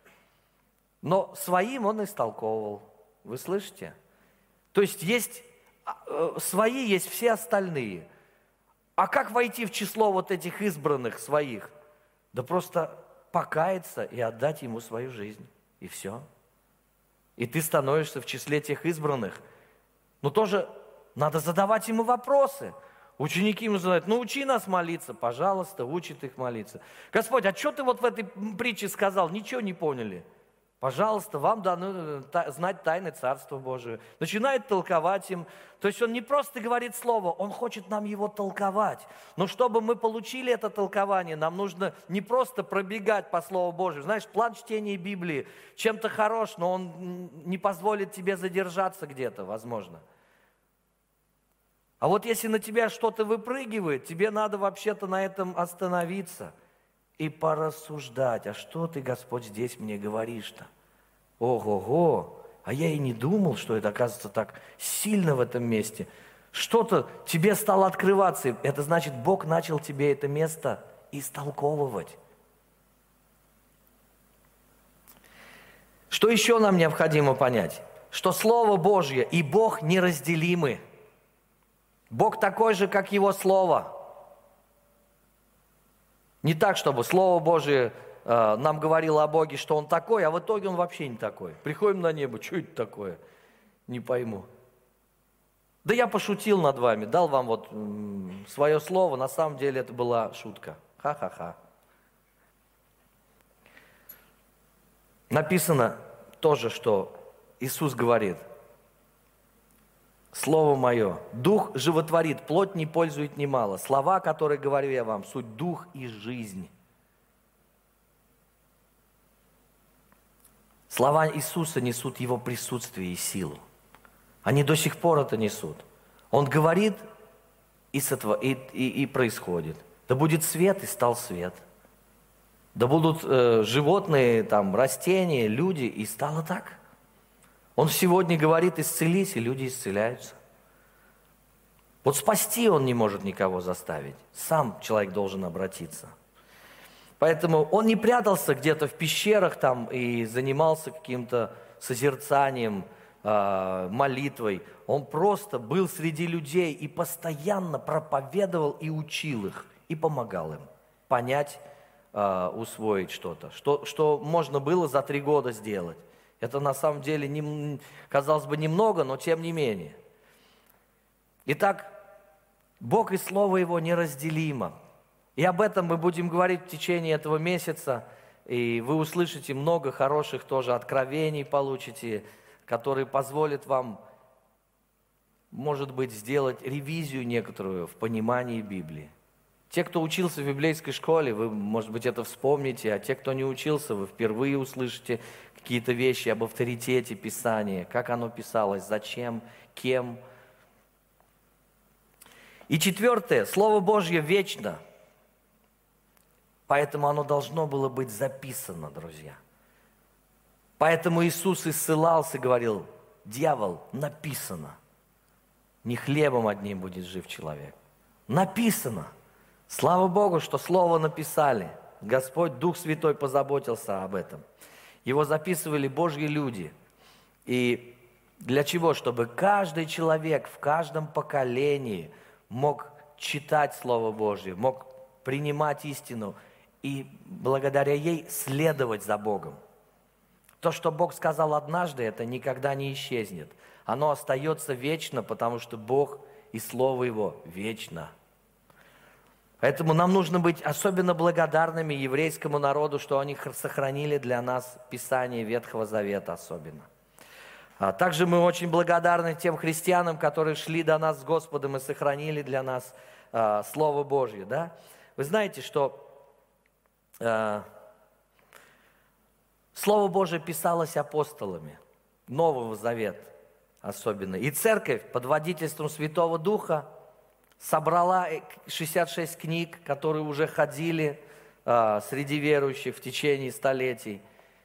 Но своим Он истолковывал. Вы слышите? То есть есть свои, есть все остальные. А как войти в число вот этих избранных своих? Да просто покаяться и отдать Ему свою жизнь. И все. И ты становишься в числе тех избранных. Но тоже надо задавать Ему вопросы. Ученики Ему задают: ну учи нас молиться. Пожалуйста, учит их молиться. Господь, а что ты вот в этой притче сказал? Ничего не поняли. Пожалуйста, вам дано знать тайны Царства Божия. Начинает толковать им. То есть Он не просто говорит слово, Он хочет нам его толковать. Но чтобы мы получили это толкование, нам нужно не просто пробегать по Слову Божию. Знаешь, план чтения Библии чем-то хорош, но он не позволит тебе задержаться где-то, возможно. А вот если на тебя что-то выпрыгивает, тебе надо вообще-то на этом остановиться и порассуждать. А что ты, Господь, здесь мне говоришь-то? Ого-го! А я и не думал, что это оказывается так сильно в этом месте. Что-то тебе стало открываться. Это значит, Бог начал тебе это место истолковывать. Что еще нам необходимо понять? Что Слово Божье и Бог неразделимы. Бог такой же, как Его Слово. Не так, чтобы Слово Божие э, нам говорило о Боге, что Он такой, а в итоге Он вообще не такой. Приходим на небо, что это такое? Не пойму. Да я пошутил над вами, дал вам вот м, свое слово, на самом деле это была шутка. Ха-ха-ха. Написано тоже, что Иисус говорит: Слово Мое, Дух животворит, плоть не пользует немало. Слова, которые говорю я вам, суть Дух и жизнь. Слова Иисуса несут Его присутствие и силу. Они до сих пор это несут. Он говорит, и, сотво, и, и, и происходит. Да будет свет, и стал свет. Да будут э, животные, там, растения, люди, и стало так. Он сегодня говорит: исцелись, и люди исцеляются. Вот спасти Он не может никого заставить. Сам человек должен обратиться. Поэтому Он не прятался где-то в пещерах там и занимался каким-то созерцанием, молитвой. Он просто был среди людей и постоянно проповедовал и учил их, и помогал им понять, усвоить что-то, что, что можно было за три года сделать. Это на самом деле, не, казалось бы, немного, но тем не менее. Итак, Бог и Слово Его неразделимо. И об этом мы будем говорить в течение этого месяца. И вы услышите много хороших тоже откровений, получите, которые позволят вам, может быть, сделать ревизию некоторую в понимании Библии. Те, кто учился в библейской школе, вы, может быть, это вспомните, а те, кто не учился, вы впервые услышите какие-то вещи об авторитете Писания, как оно писалось, зачем, кем. И четвертое, Слово Божье вечно, поэтому оно должно было быть записано, друзья. Поэтому Иисус и ссылался и говорил: дьявол, написано, не хлебом одним будет жив человек. Написано. Слава Богу, что Слово написали. Господь, Дух Святой позаботился об этом. Его записывали Божьи люди. И для чего? Чтобы каждый человек в каждом поколении мог читать Слово Божье, мог принимать истину и благодаря ей следовать за Богом. То, что Бог сказал однажды, это никогда не исчезнет. Оно остается вечно, потому что Бог и Слово Его вечно. Поэтому нам нужно быть особенно благодарными еврейскому народу, что они сохранили для нас Писание Ветхого Завета особенно. А также мы очень благодарны тем христианам, которые шли до нас с Господом и сохранили для нас а, Слово Божье. Да? Вы знаете, что а, Слово Божие писалось апостолами, Нового Завета особенно. И церковь под водительством Святого Духа собрала шестьдесят шесть книг, которые уже ходили а, среди верующих в течение столетий.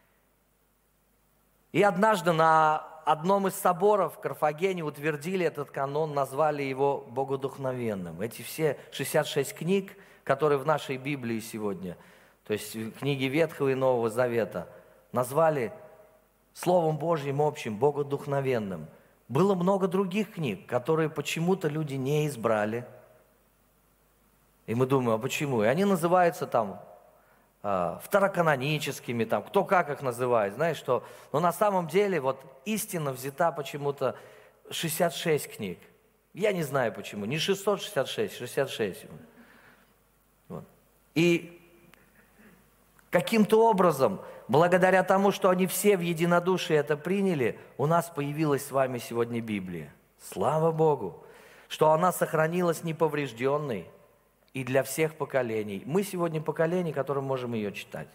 И однажды на одном из соборов в Карфагене утвердили этот канон, назвали его богодухновенным. Эти все шестьдесят шесть книг, которые в нашей Библии сегодня, то есть книги Ветхого и Нового Завета, назвали Словом Божьим общим, богодухновенным. Было много других книг, которые почему-то люди не избрали. И мы думаем, а почему? И они называются там второканоническими, там, кто как их называет, знаешь, что... Но на самом деле вот истина взята почему-то шестьдесят шесть книг. Я не знаю почему, не шестьсот шестьдесят шесть, шестьдесят шесть. Вот. И каким-то образом, благодаря тому, что они все в единодушии это приняли, у нас появилась с вами сегодня Библия. Слава Богу, что она сохранилась неповрежденной, и для всех поколений. Мы сегодня поколение, которым можем ее читать.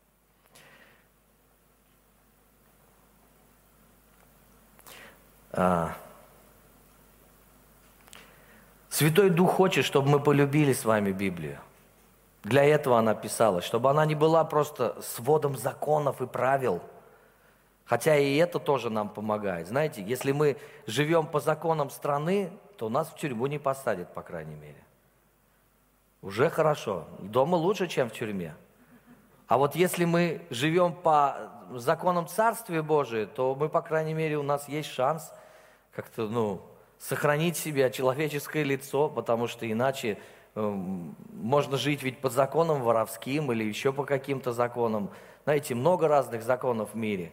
А. Святой Дух хочет, чтобы мы полюбили с вами Библию. Для этого она писалась, чтобы она не была просто сводом законов и правил. Хотя и это тоже нам помогает. Знаете, если мы живем по законам страны, то нас в тюрьму не посадят, по крайней мере. Уже хорошо. Дома лучше, чем в тюрьме. А вот если мы живем по законам Царствия Божия, то мы, по крайней мере, у нас есть шанс как-то, ну, сохранить себе человеческое лицо, потому что иначе э, можно жить ведь под законом воровским или еще по каким-то законам. Знаете, много разных законов в мире.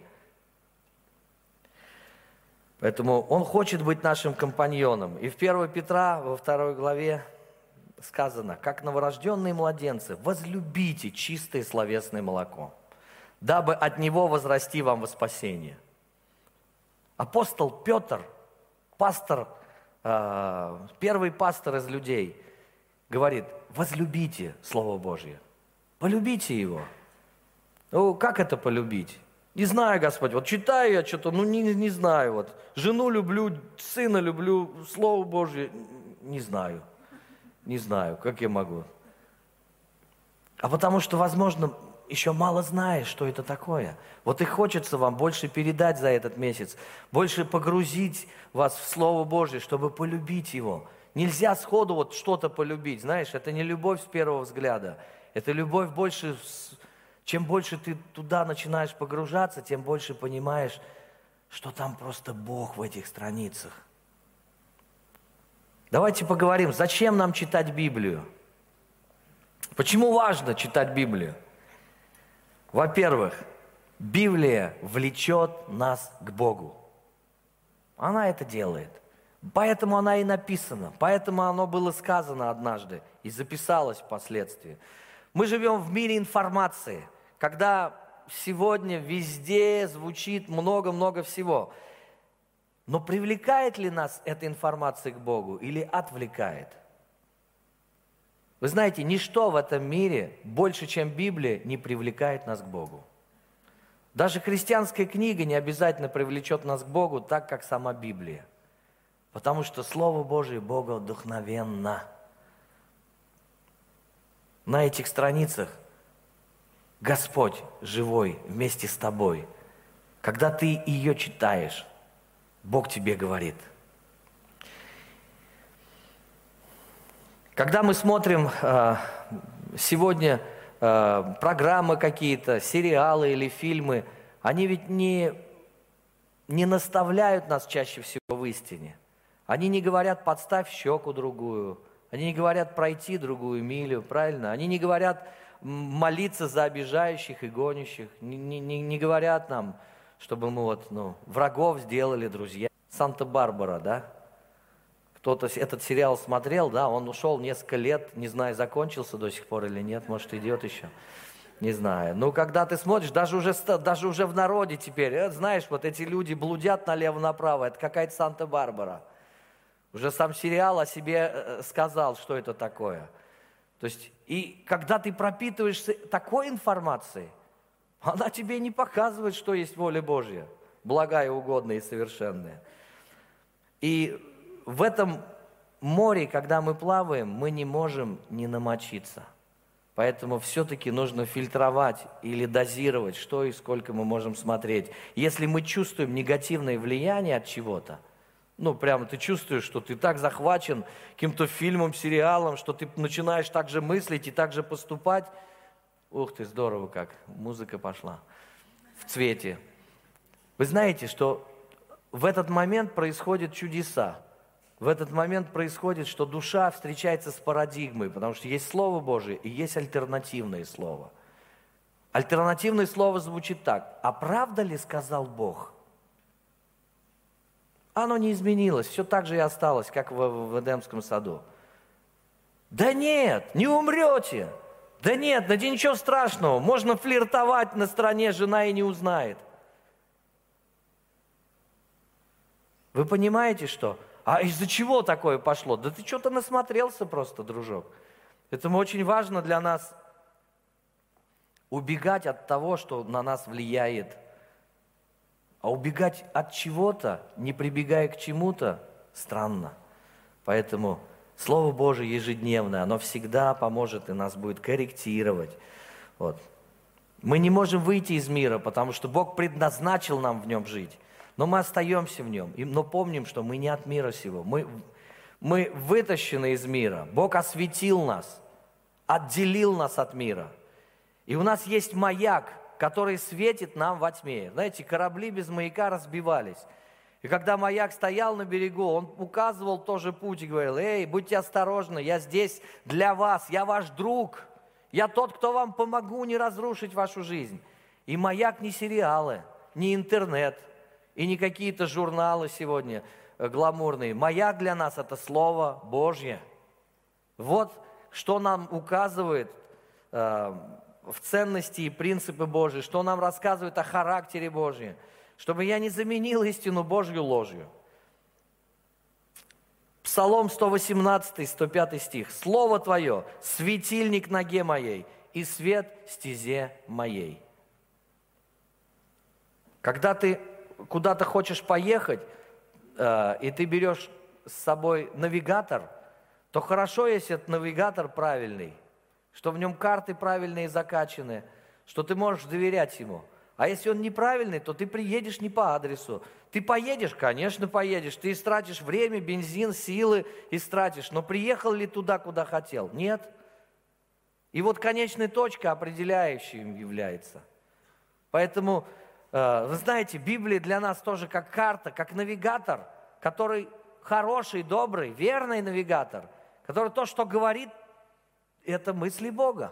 Поэтому Он хочет быть нашим компаньоном. И в первое Петра, во второй главе, сказано, как новорожденные младенцы, возлюбите чистое словесное молоко, дабы от него возрасти вам во спасение. Апостол Петр, пастор, э, первый пастор из людей, говорит, возлюбите Слово Божье, полюбите его. Ну, как это полюбить? Не знаю, Господь, вот читаю я что-то, ну не, не знаю, вот жену люблю, сына люблю, Слово Божье, не знаю. Не знаю, как я могу. А потому что, возможно, еще мало знаешь, что это такое. Вот и хочется вам больше передать за этот месяц, больше погрузить вас в Слово Божье, чтобы полюбить его. Нельзя сходу вот что-то полюбить, знаешь, это не любовь с первого взгляда. Это любовь больше, чем больше ты туда начинаешь погружаться, тем больше понимаешь, что там просто Бог в этих страницах. Давайте поговорим, зачем нам читать Библию? Почему важно читать Библию? Во-первых, Библия влечет нас к Богу. Она это делает. Поэтому она и написана, поэтому оно было сказано однажды и записалось впоследствии. Мы живем в мире информации, когда сегодня везде звучит много-много всего. Но привлекает ли нас эта информация к Богу или отвлекает? Вы знаете, ничто в этом мире больше, чем Библия, не привлекает нас к Богу. Даже христианская книга не обязательно привлечет нас к Богу так, как сама Библия. Потому что Слово Божие богодухновенно. На этих страницах Господь живой вместе с тобой. Когда ты ее читаешь, Бог тебе говорит. Когда мы смотрим э, сегодня э, программы какие-то, сериалы или фильмы, они ведь не не наставляют нас чаще всего в истине. Они не говорят «подставь щеку другую», они не говорят «пройти другую милю», правильно? Они не говорят молиться за обижающих и гонящих, не, не, не говорят нам, чтобы мы вот, ну, врагов сделали друзья. Санта-Барбара, да? Кто-то этот сериал смотрел, да, он ушел несколько лет, не знаю, закончился до сих пор или нет, может, идет еще, не знаю. Ну, когда ты смотришь, даже уже, даже уже в народе теперь, это, знаешь, вот эти люди блудят налево-направо, это какая-то Санта-Барбара. Уже сам сериал о себе сказал, что это такое. То есть, и когда ты пропитываешься такой информацией, она тебе не показывает, что есть воля Божья, благая, угодная и совершенная. И в этом море, когда мы плаваем, мы не можем не намочиться. Поэтому все-таки нужно фильтровать или дозировать, что и сколько мы можем смотреть. Если мы чувствуем негативное влияние от чего-то, ну, прямо ты чувствуешь, что ты так захвачен каким-то фильмом, сериалом, что ты начинаешь так же мыслить и так же поступать. Ух ты, здорово как, музыка пошла в цвете. Вы знаете, что в этот момент происходят чудеса. В этот момент происходит, что душа встречается с парадигмой, потому что есть Слово Божие и есть альтернативное слово. Альтернативное слово звучит так: «А правда ли сказал Бог?» Оно не изменилось, все так же и осталось, как в, в Эдемском саду. Да нет, не умрете. Да нет, да ничего страшного, можно флиртовать на стороне, жена и не узнает. Вы понимаете, что? А из-за чего такое пошло? Да ты что-то насмотрелся просто, дружок. Поэтому очень важно для нас убегать от того, что на нас влияет. А убегать от чего-то, не прибегая к чему-то, странно. Поэтому Слово Божие ежедневное, оно всегда поможет и нас будет корректировать. Вот. Мы не можем выйти из мира, потому что Бог предназначил нам в нем жить. Но мы остаемся в нем. Но помним, что мы не от мира сего. Мы, мы вытащены из мира. Бог осветил нас, отделил нас от мира. И у нас есть маяк, который светит нам во тьме. Знаете, корабли без маяка разбивались. И когда маяк стоял на берегу, он указывал тоже путь и говорил: «Эй, будьте осторожны, я здесь для вас, я ваш друг, я тот, кто вам помогу не разрушить вашу жизнь». И маяк не сериалы, не интернет, и не какие-то журналы сегодня гламурные. Маяк для нас – это Слово Божье. Вот что нам указывает э, в ценности и принципы Божьи, что нам рассказывает о характере Божьем, чтобы я не заменил истину Божью ложью. Псалом сто восемнадцатый, сто пятый стих. «Слово Твое – светильник ноге моей и свет стезе моей». Когда ты куда-то хочешь поехать, э, и ты берешь с собой навигатор, то хорошо, если этот навигатор правильный, что в нем карты правильные закачаны, что ты можешь доверять ему. А если он неправильный, то ты приедешь не по адресу. Ты поедешь, конечно, поедешь. Ты истратишь время, бензин, силы истратишь. Но приехал ли туда, куда хотел? Нет. И вот конечная точка определяющей является. Поэтому, вы знаете, Библия для нас тоже как карта, как навигатор, который хороший, добрый, верный навигатор, который то, что говорит, это мысли Бога.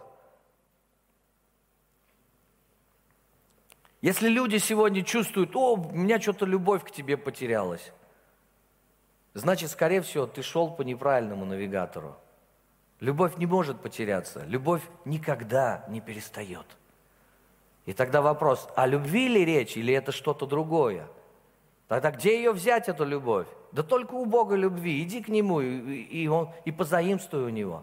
Если люди сегодня чувствуют: «О, у меня что-то любовь к тебе потерялась», значит, скорее всего, ты шел по неправильному навигатору. Любовь не может потеряться, любовь никогда не перестает. И тогда вопрос: о любви ли речь, или это что-то другое? Тогда где ее взять, эту любовь? Да только у Бога любви. Иди к Нему и, и, он, и позаимствуй у Него.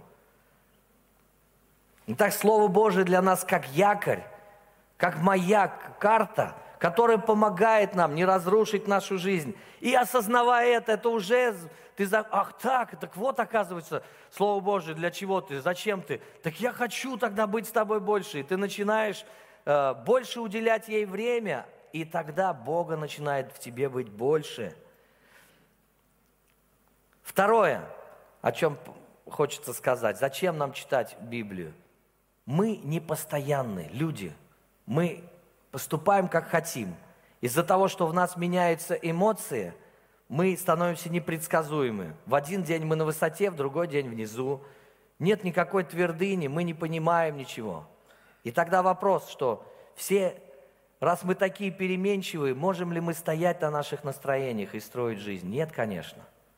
Итак, Слово Божие для нас как якорь, как маяк, карта, которая помогает нам не разрушить нашу жизнь. И осознавая это, это уже ты за... Ах так, так вот оказывается Слово Божие для чего ты, зачем ты? Так я хочу тогда быть с тобой больше. И ты начинаешь э, больше уделять ей время, и тогда Бога начинает в тебе быть больше. Второе, о чем хочется сказать. Зачем нам читать Библию? Мы не постоянные люди. Мы поступаем, как хотим. Из-за того, что в нас меняются эмоции, мы становимся непредсказуемы. В один день мы на высоте, в другой день внизу. Нет никакой твердыни, мы не понимаем ничего. И тогда вопрос, что все, раз мы такие переменчивые, можем ли мы стоять на наших настроениях и строить жизнь? Нет, конечно.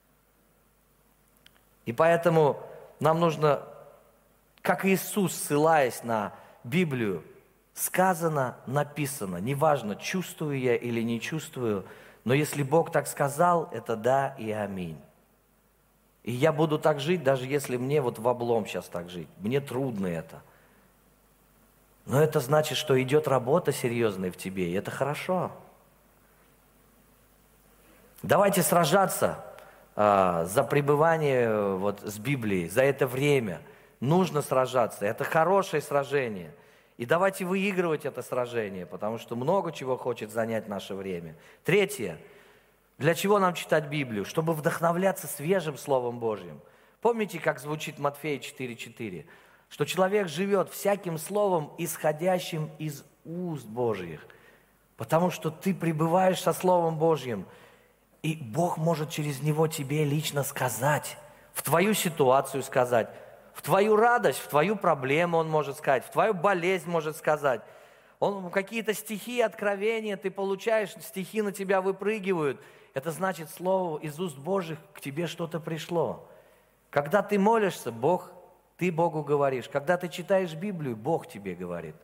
И поэтому нам нужно, как Иисус, ссылаясь на Библию, сказано, написано. Неважно, чувствую я или не чувствую, но если Бог так сказал, это да и аминь. И я буду так жить, даже если мне вот в облом сейчас так жить. Мне трудно это. Но это значит, что идет работа серьезная в тебе, и это хорошо. Давайте сражаться а, за пребывание вот, с Библией, за это время. Нужно сражаться, это хорошее сражение. И давайте выигрывать это сражение, потому что много чего хочет занять наше время. Третье. Для чего нам читать Библию? Чтобы вдохновляться свежим Словом Божьим. Помните, как звучит Матфея четыре четыре? Что человек живет всяким словом, исходящим из уст Божьих. Потому что ты пребываешь со Словом Божьим, и Бог может через него тебе лично сказать, в твою ситуацию сказать, в твою радость, в твою проблему Он может сказать, в твою болезнь может сказать. Он какие-то стихи, откровения ты получаешь, стихи на тебя выпрыгивают. Это значит, слово из уст Божьих к тебе что-то пришло. Когда ты молишься, Бог, ты Богу говоришь. Когда ты читаешь Библию, Бог тебе говорит.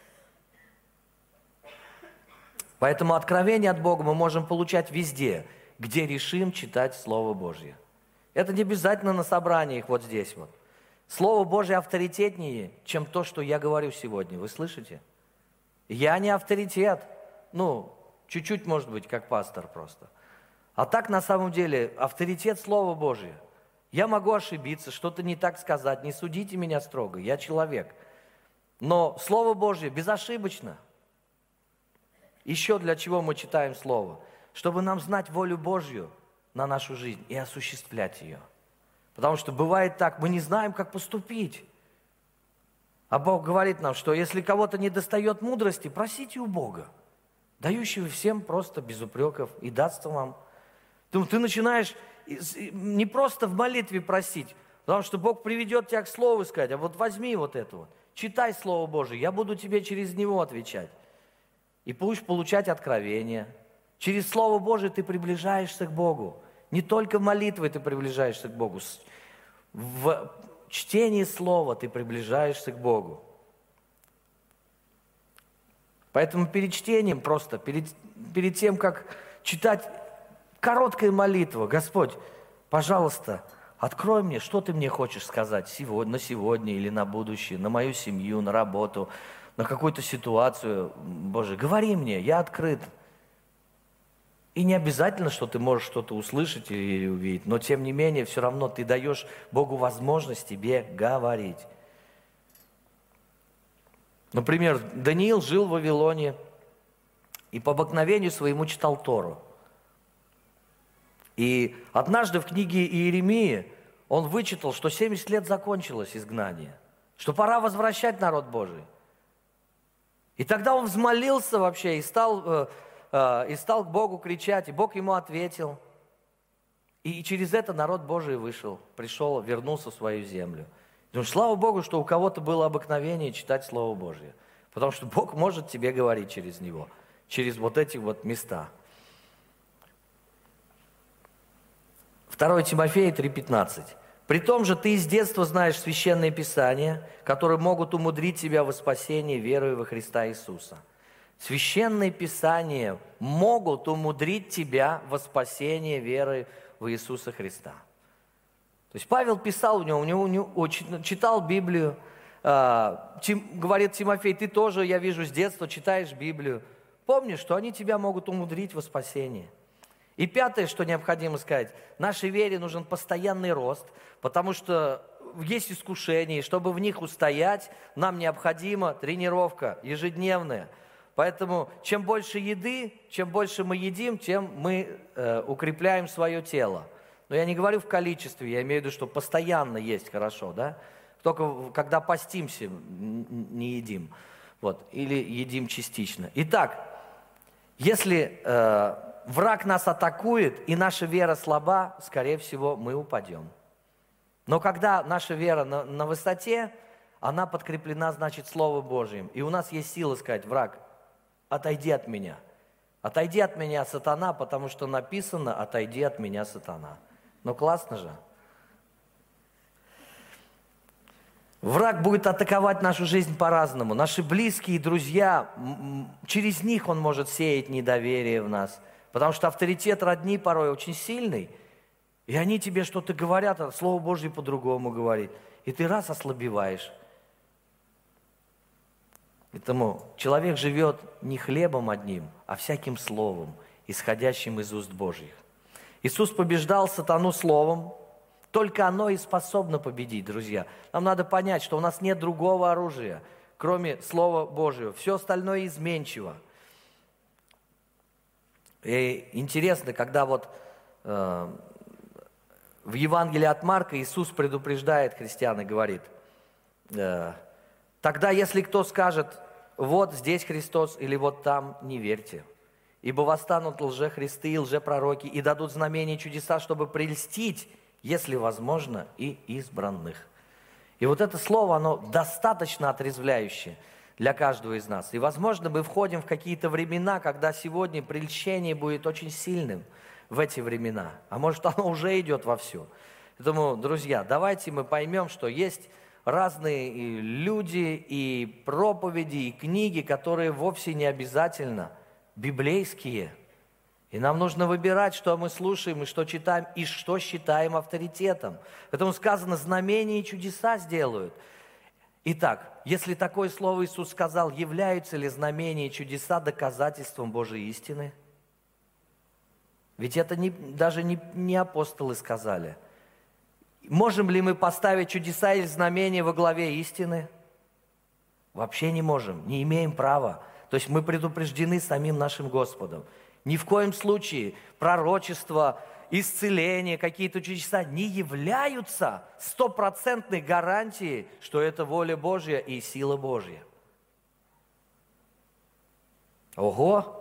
Поэтому откровение от Бога мы можем получать везде, где решим читать Слово Божье. Это не обязательно на собраниях вот здесь вот. Слово Божье авторитетнее, чем то, что я говорю сегодня. Вы слышите? Я не авторитет. Ну, чуть-чуть, может быть, как пастор просто. А так, на самом деле, авторитет Слова Божье. Я могу ошибиться, что-то не так сказать. Не судите меня строго, я человек. Но Слово Божье безошибочно. Еще для чего мы читаем Слово? Чтобы нам знать волю Божью на нашу жизнь и осуществлять ее. Потому что бывает так, мы не знаем, как поступить. А Бог говорит нам, что если кого-то не достает мудрости, просите у Бога, дающего всем просто без упреков, и даст вам. Ты, ты начинаешь не просто в молитве просить, потому что Бог приведет тебя к Слову и сказать, а вот возьми вот это вот, читай Слово Божие, я буду тебе через него отвечать. И будешь получать откровение. Через Слово Божие ты приближаешься к Богу. Не только молитвой ты приближаешься к Богу. В чтении Слова ты приближаешься к Богу. Поэтому перед чтением просто, перед, перед тем, как читать короткая молитва, Господь, пожалуйста, открой мне, что ты мне хочешь сказать сегодня, на сегодня или на будущее, на мою семью, на работу, на какую-то ситуацию. Боже, говори мне, я открыт. И не обязательно, что ты можешь что-то услышать или увидеть, но тем не менее, все равно ты даешь Богу возможность тебе говорить. Например, Даниил жил в Вавилоне и по обыкновению своему читал Тору. И однажды в книге Иеремии он вычитал, что семьдесят лет закончилось изгнание, что пора возвращать народ Божий. И тогда он взмолился вообще и стал... И стал к Богу кричать, и Бог ему ответил. И через это народ Божий вышел, пришел, вернулся в свою землю. Потому что слава Богу, что у кого-то было обыкновение читать Слово Божье. Потому что Бог может тебе говорить через него, через вот эти вот места. второе Тимофея три пятнадцать. «При том же ты с детства знаешь священные писания, которые могут умудрить тебя во спасение верою во Христа Иисуса». Священные Писания могут умудрить тебя во спасение веры в Иисуса Христа. То есть Павел писал у него, у него, у него читал Библию, э, Тим, говорит Тимофей, ты тоже, я вижу, с детства читаешь Библию. Помни, что они тебя могут умудрить во спасение. И пятое, что необходимо сказать, нашей вере нужен постоянный рост, потому что есть искушения, и чтобы в них устоять, нам необходима тренировка ежедневная. Поэтому чем больше еды, чем больше мы едим, тем мы э, укрепляем свое тело. Но я не говорю в количестве, я имею в виду, что постоянно есть хорошо, да? Только когда постимся, не едим. Вот. Или едим частично. Итак, Если э, враг нас атакует, и наша вера слаба, скорее всего, мы упадем. Но когда наша вера на, на высоте, она подкреплена, значит, Словом Божьим. И у нас есть сила сказать: враг, отойди от меня. Отойди от меня, сатана, потому что написано: отойди от меня, сатана. Ну, классно же. Враг будет атаковать нашу жизнь по-разному. Наши близкие, друзья, через них он может сеять недоверие в нас. Потому что авторитет родни порой очень сильный. И они тебе что-то говорят, а Слово Божье по-другому говорит. И ты раз ослабеваешь. Поэтому человек живет не хлебом одним, а всяким словом, исходящим из уст Божьих. Иисус побеждал сатану словом. Только оно и способно победить, друзья. Нам надо понять, что у нас нет другого оружия, кроме Слова Божьего. Все остальное изменчиво. И интересно, когда вот э, в Евангелии от Марка Иисус предупреждает христиан и говорит: э, тогда, если кто скажет: вот здесь Христос или вот там, не верьте. Ибо восстанут лжехристы и лжепророки и дадут знамения и чудеса, чтобы прельстить, если возможно, и избранных. И вот это слово, оно достаточно отрезвляющее для каждого из нас. И, возможно, мы входим в какие-то времена, когда сегодня прельщение будет очень сильным в эти времена. А может, оно уже идет вовсю. Поэтому, друзья, давайте мы поймем, что есть разные и люди, и проповеди, и книги, которые вовсе не обязательно библейские. И нам нужно выбирать, что мы слушаем и что читаем, и что считаем авторитетом. Поэтому сказано: знамения и чудеса сделают. Итак, если такое слово Иисус сказал, являются ли знамения и чудеса доказательством Божьей истины? Ведь это не, даже не, не апостолы сказали. Можем ли мы поставить чудеса или знамения во главе истины? Вообще не можем, не имеем права. То есть мы предупреждены самим нашим Господом. Ни в коем случае пророчество, исцеление, какие-то чудеса не являются стопроцентной гарантией, что это воля Божья и сила Божья. Ого!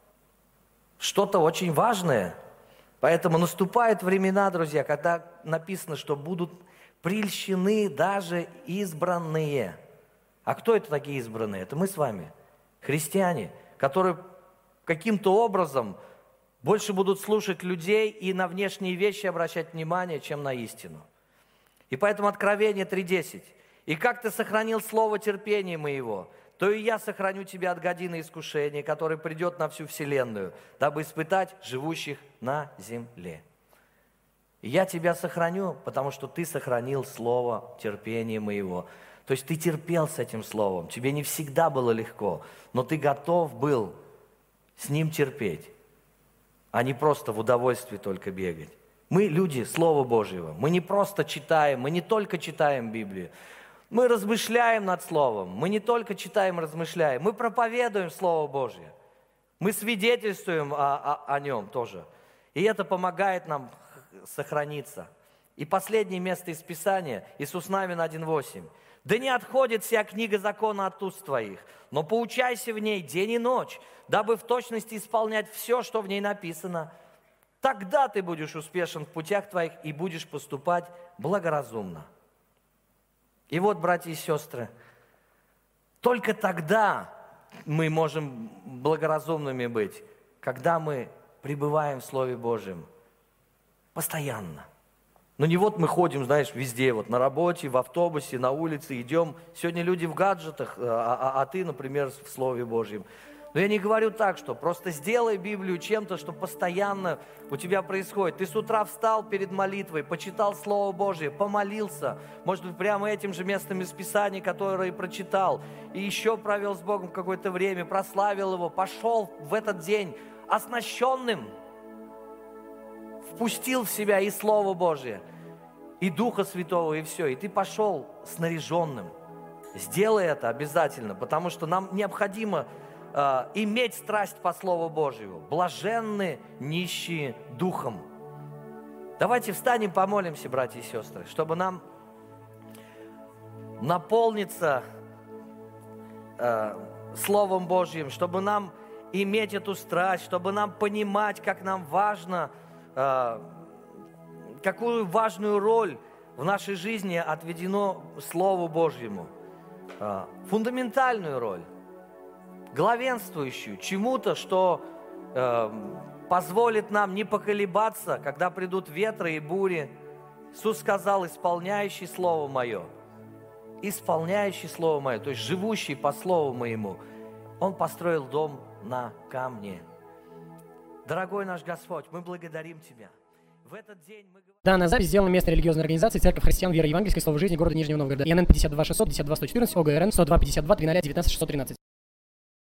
Что-то очень важное. Поэтому наступают времена, друзья, когда написано, что будут прельщены даже избранные. А кто это такие избранные? Это мы с вами, христиане, которые каким-то образом больше будут слушать людей и на внешние вещи обращать внимание, чем на истину. И поэтому Откровение три десять. «И как ты сохранил слово терпения моего, то и я сохраню тебя от годины искушения, который придет на всю вселенную, дабы испытать живущих на земле. И я тебя сохраню, потому что ты сохранил слово терпения моего». То есть ты терпел с этим словом, тебе не всегда было легко, но ты готов был с ним терпеть, а не просто в удовольствии только бегать. Мы люди Слова Божьего, мы не просто читаем, мы не только читаем Библию, мы размышляем над Словом, мы не только читаем и размышляем, мы проповедуем Слово Божье, мы свидетельствуем о, о, о нем тоже, и это помогает нам сохраниться. И последнее место из Писания, Иисус Навин один восемь. «Да не отходит вся книга закона от уст твоих, но поучайся в ней день и ночь, дабы в точности исполнять все, что в ней написано. Тогда ты будешь успешен в путях твоих и будешь поступать благоразумно». И вот, братья и сестры, только тогда мы можем благоразумными быть, когда мы пребываем в Слове Божьем постоянно. Но не вот мы ходим, знаешь, везде, вот на работе, в автобусе, на улице, идем. Сегодня люди в гаджетах, а, а, а ты, например, в Слове Божьем. Но я не говорю так, что просто сделай Библию чем-то, что постоянно у тебя происходит. Ты с утра встал перед молитвой, почитал Слово Божье, помолился, может быть, прямо этим же местом из Писания, которое и прочитал, и еще провел с Богом какое-то время, прославил Его, пошел в этот день оснащенным, впустил в себя и Слово Божие, и Духа Святого, и все. И ты пошел снаряженным. Сделай это обязательно, потому что нам необходимо э, иметь страсть по Слову Божьему. Блаженны нищие духом. Давайте встанем, помолимся, братья и сестры, чтобы нам наполниться э, Словом Божьим, чтобы нам иметь эту страсть, чтобы нам понимать, как нам важно, какую важную роль в нашей жизни отведено Слову Божьему. Фундаментальную роль, главенствующую, чему-то, что позволит нам не поколебаться, когда придут ветры и бури. Иисус сказал: исполняющий Слово Мое, исполняющий Слово Мое, то есть живущий по Слову Моему, Он построил дом на камне. Дорогой наш Господь, мы благодарим Тебя. В этот день мы... Данная запись сделана местной религиозной организацией Церковь Христиан Веры Евангельской Слова Жизни города Нижнего Новгорода. ИНН пятьдесят два шестьсот, пятьдесят два сто четырнадцать, ОГРН сто два пятьдесят два тринадцать девятнадцать шестьсот тринадцать.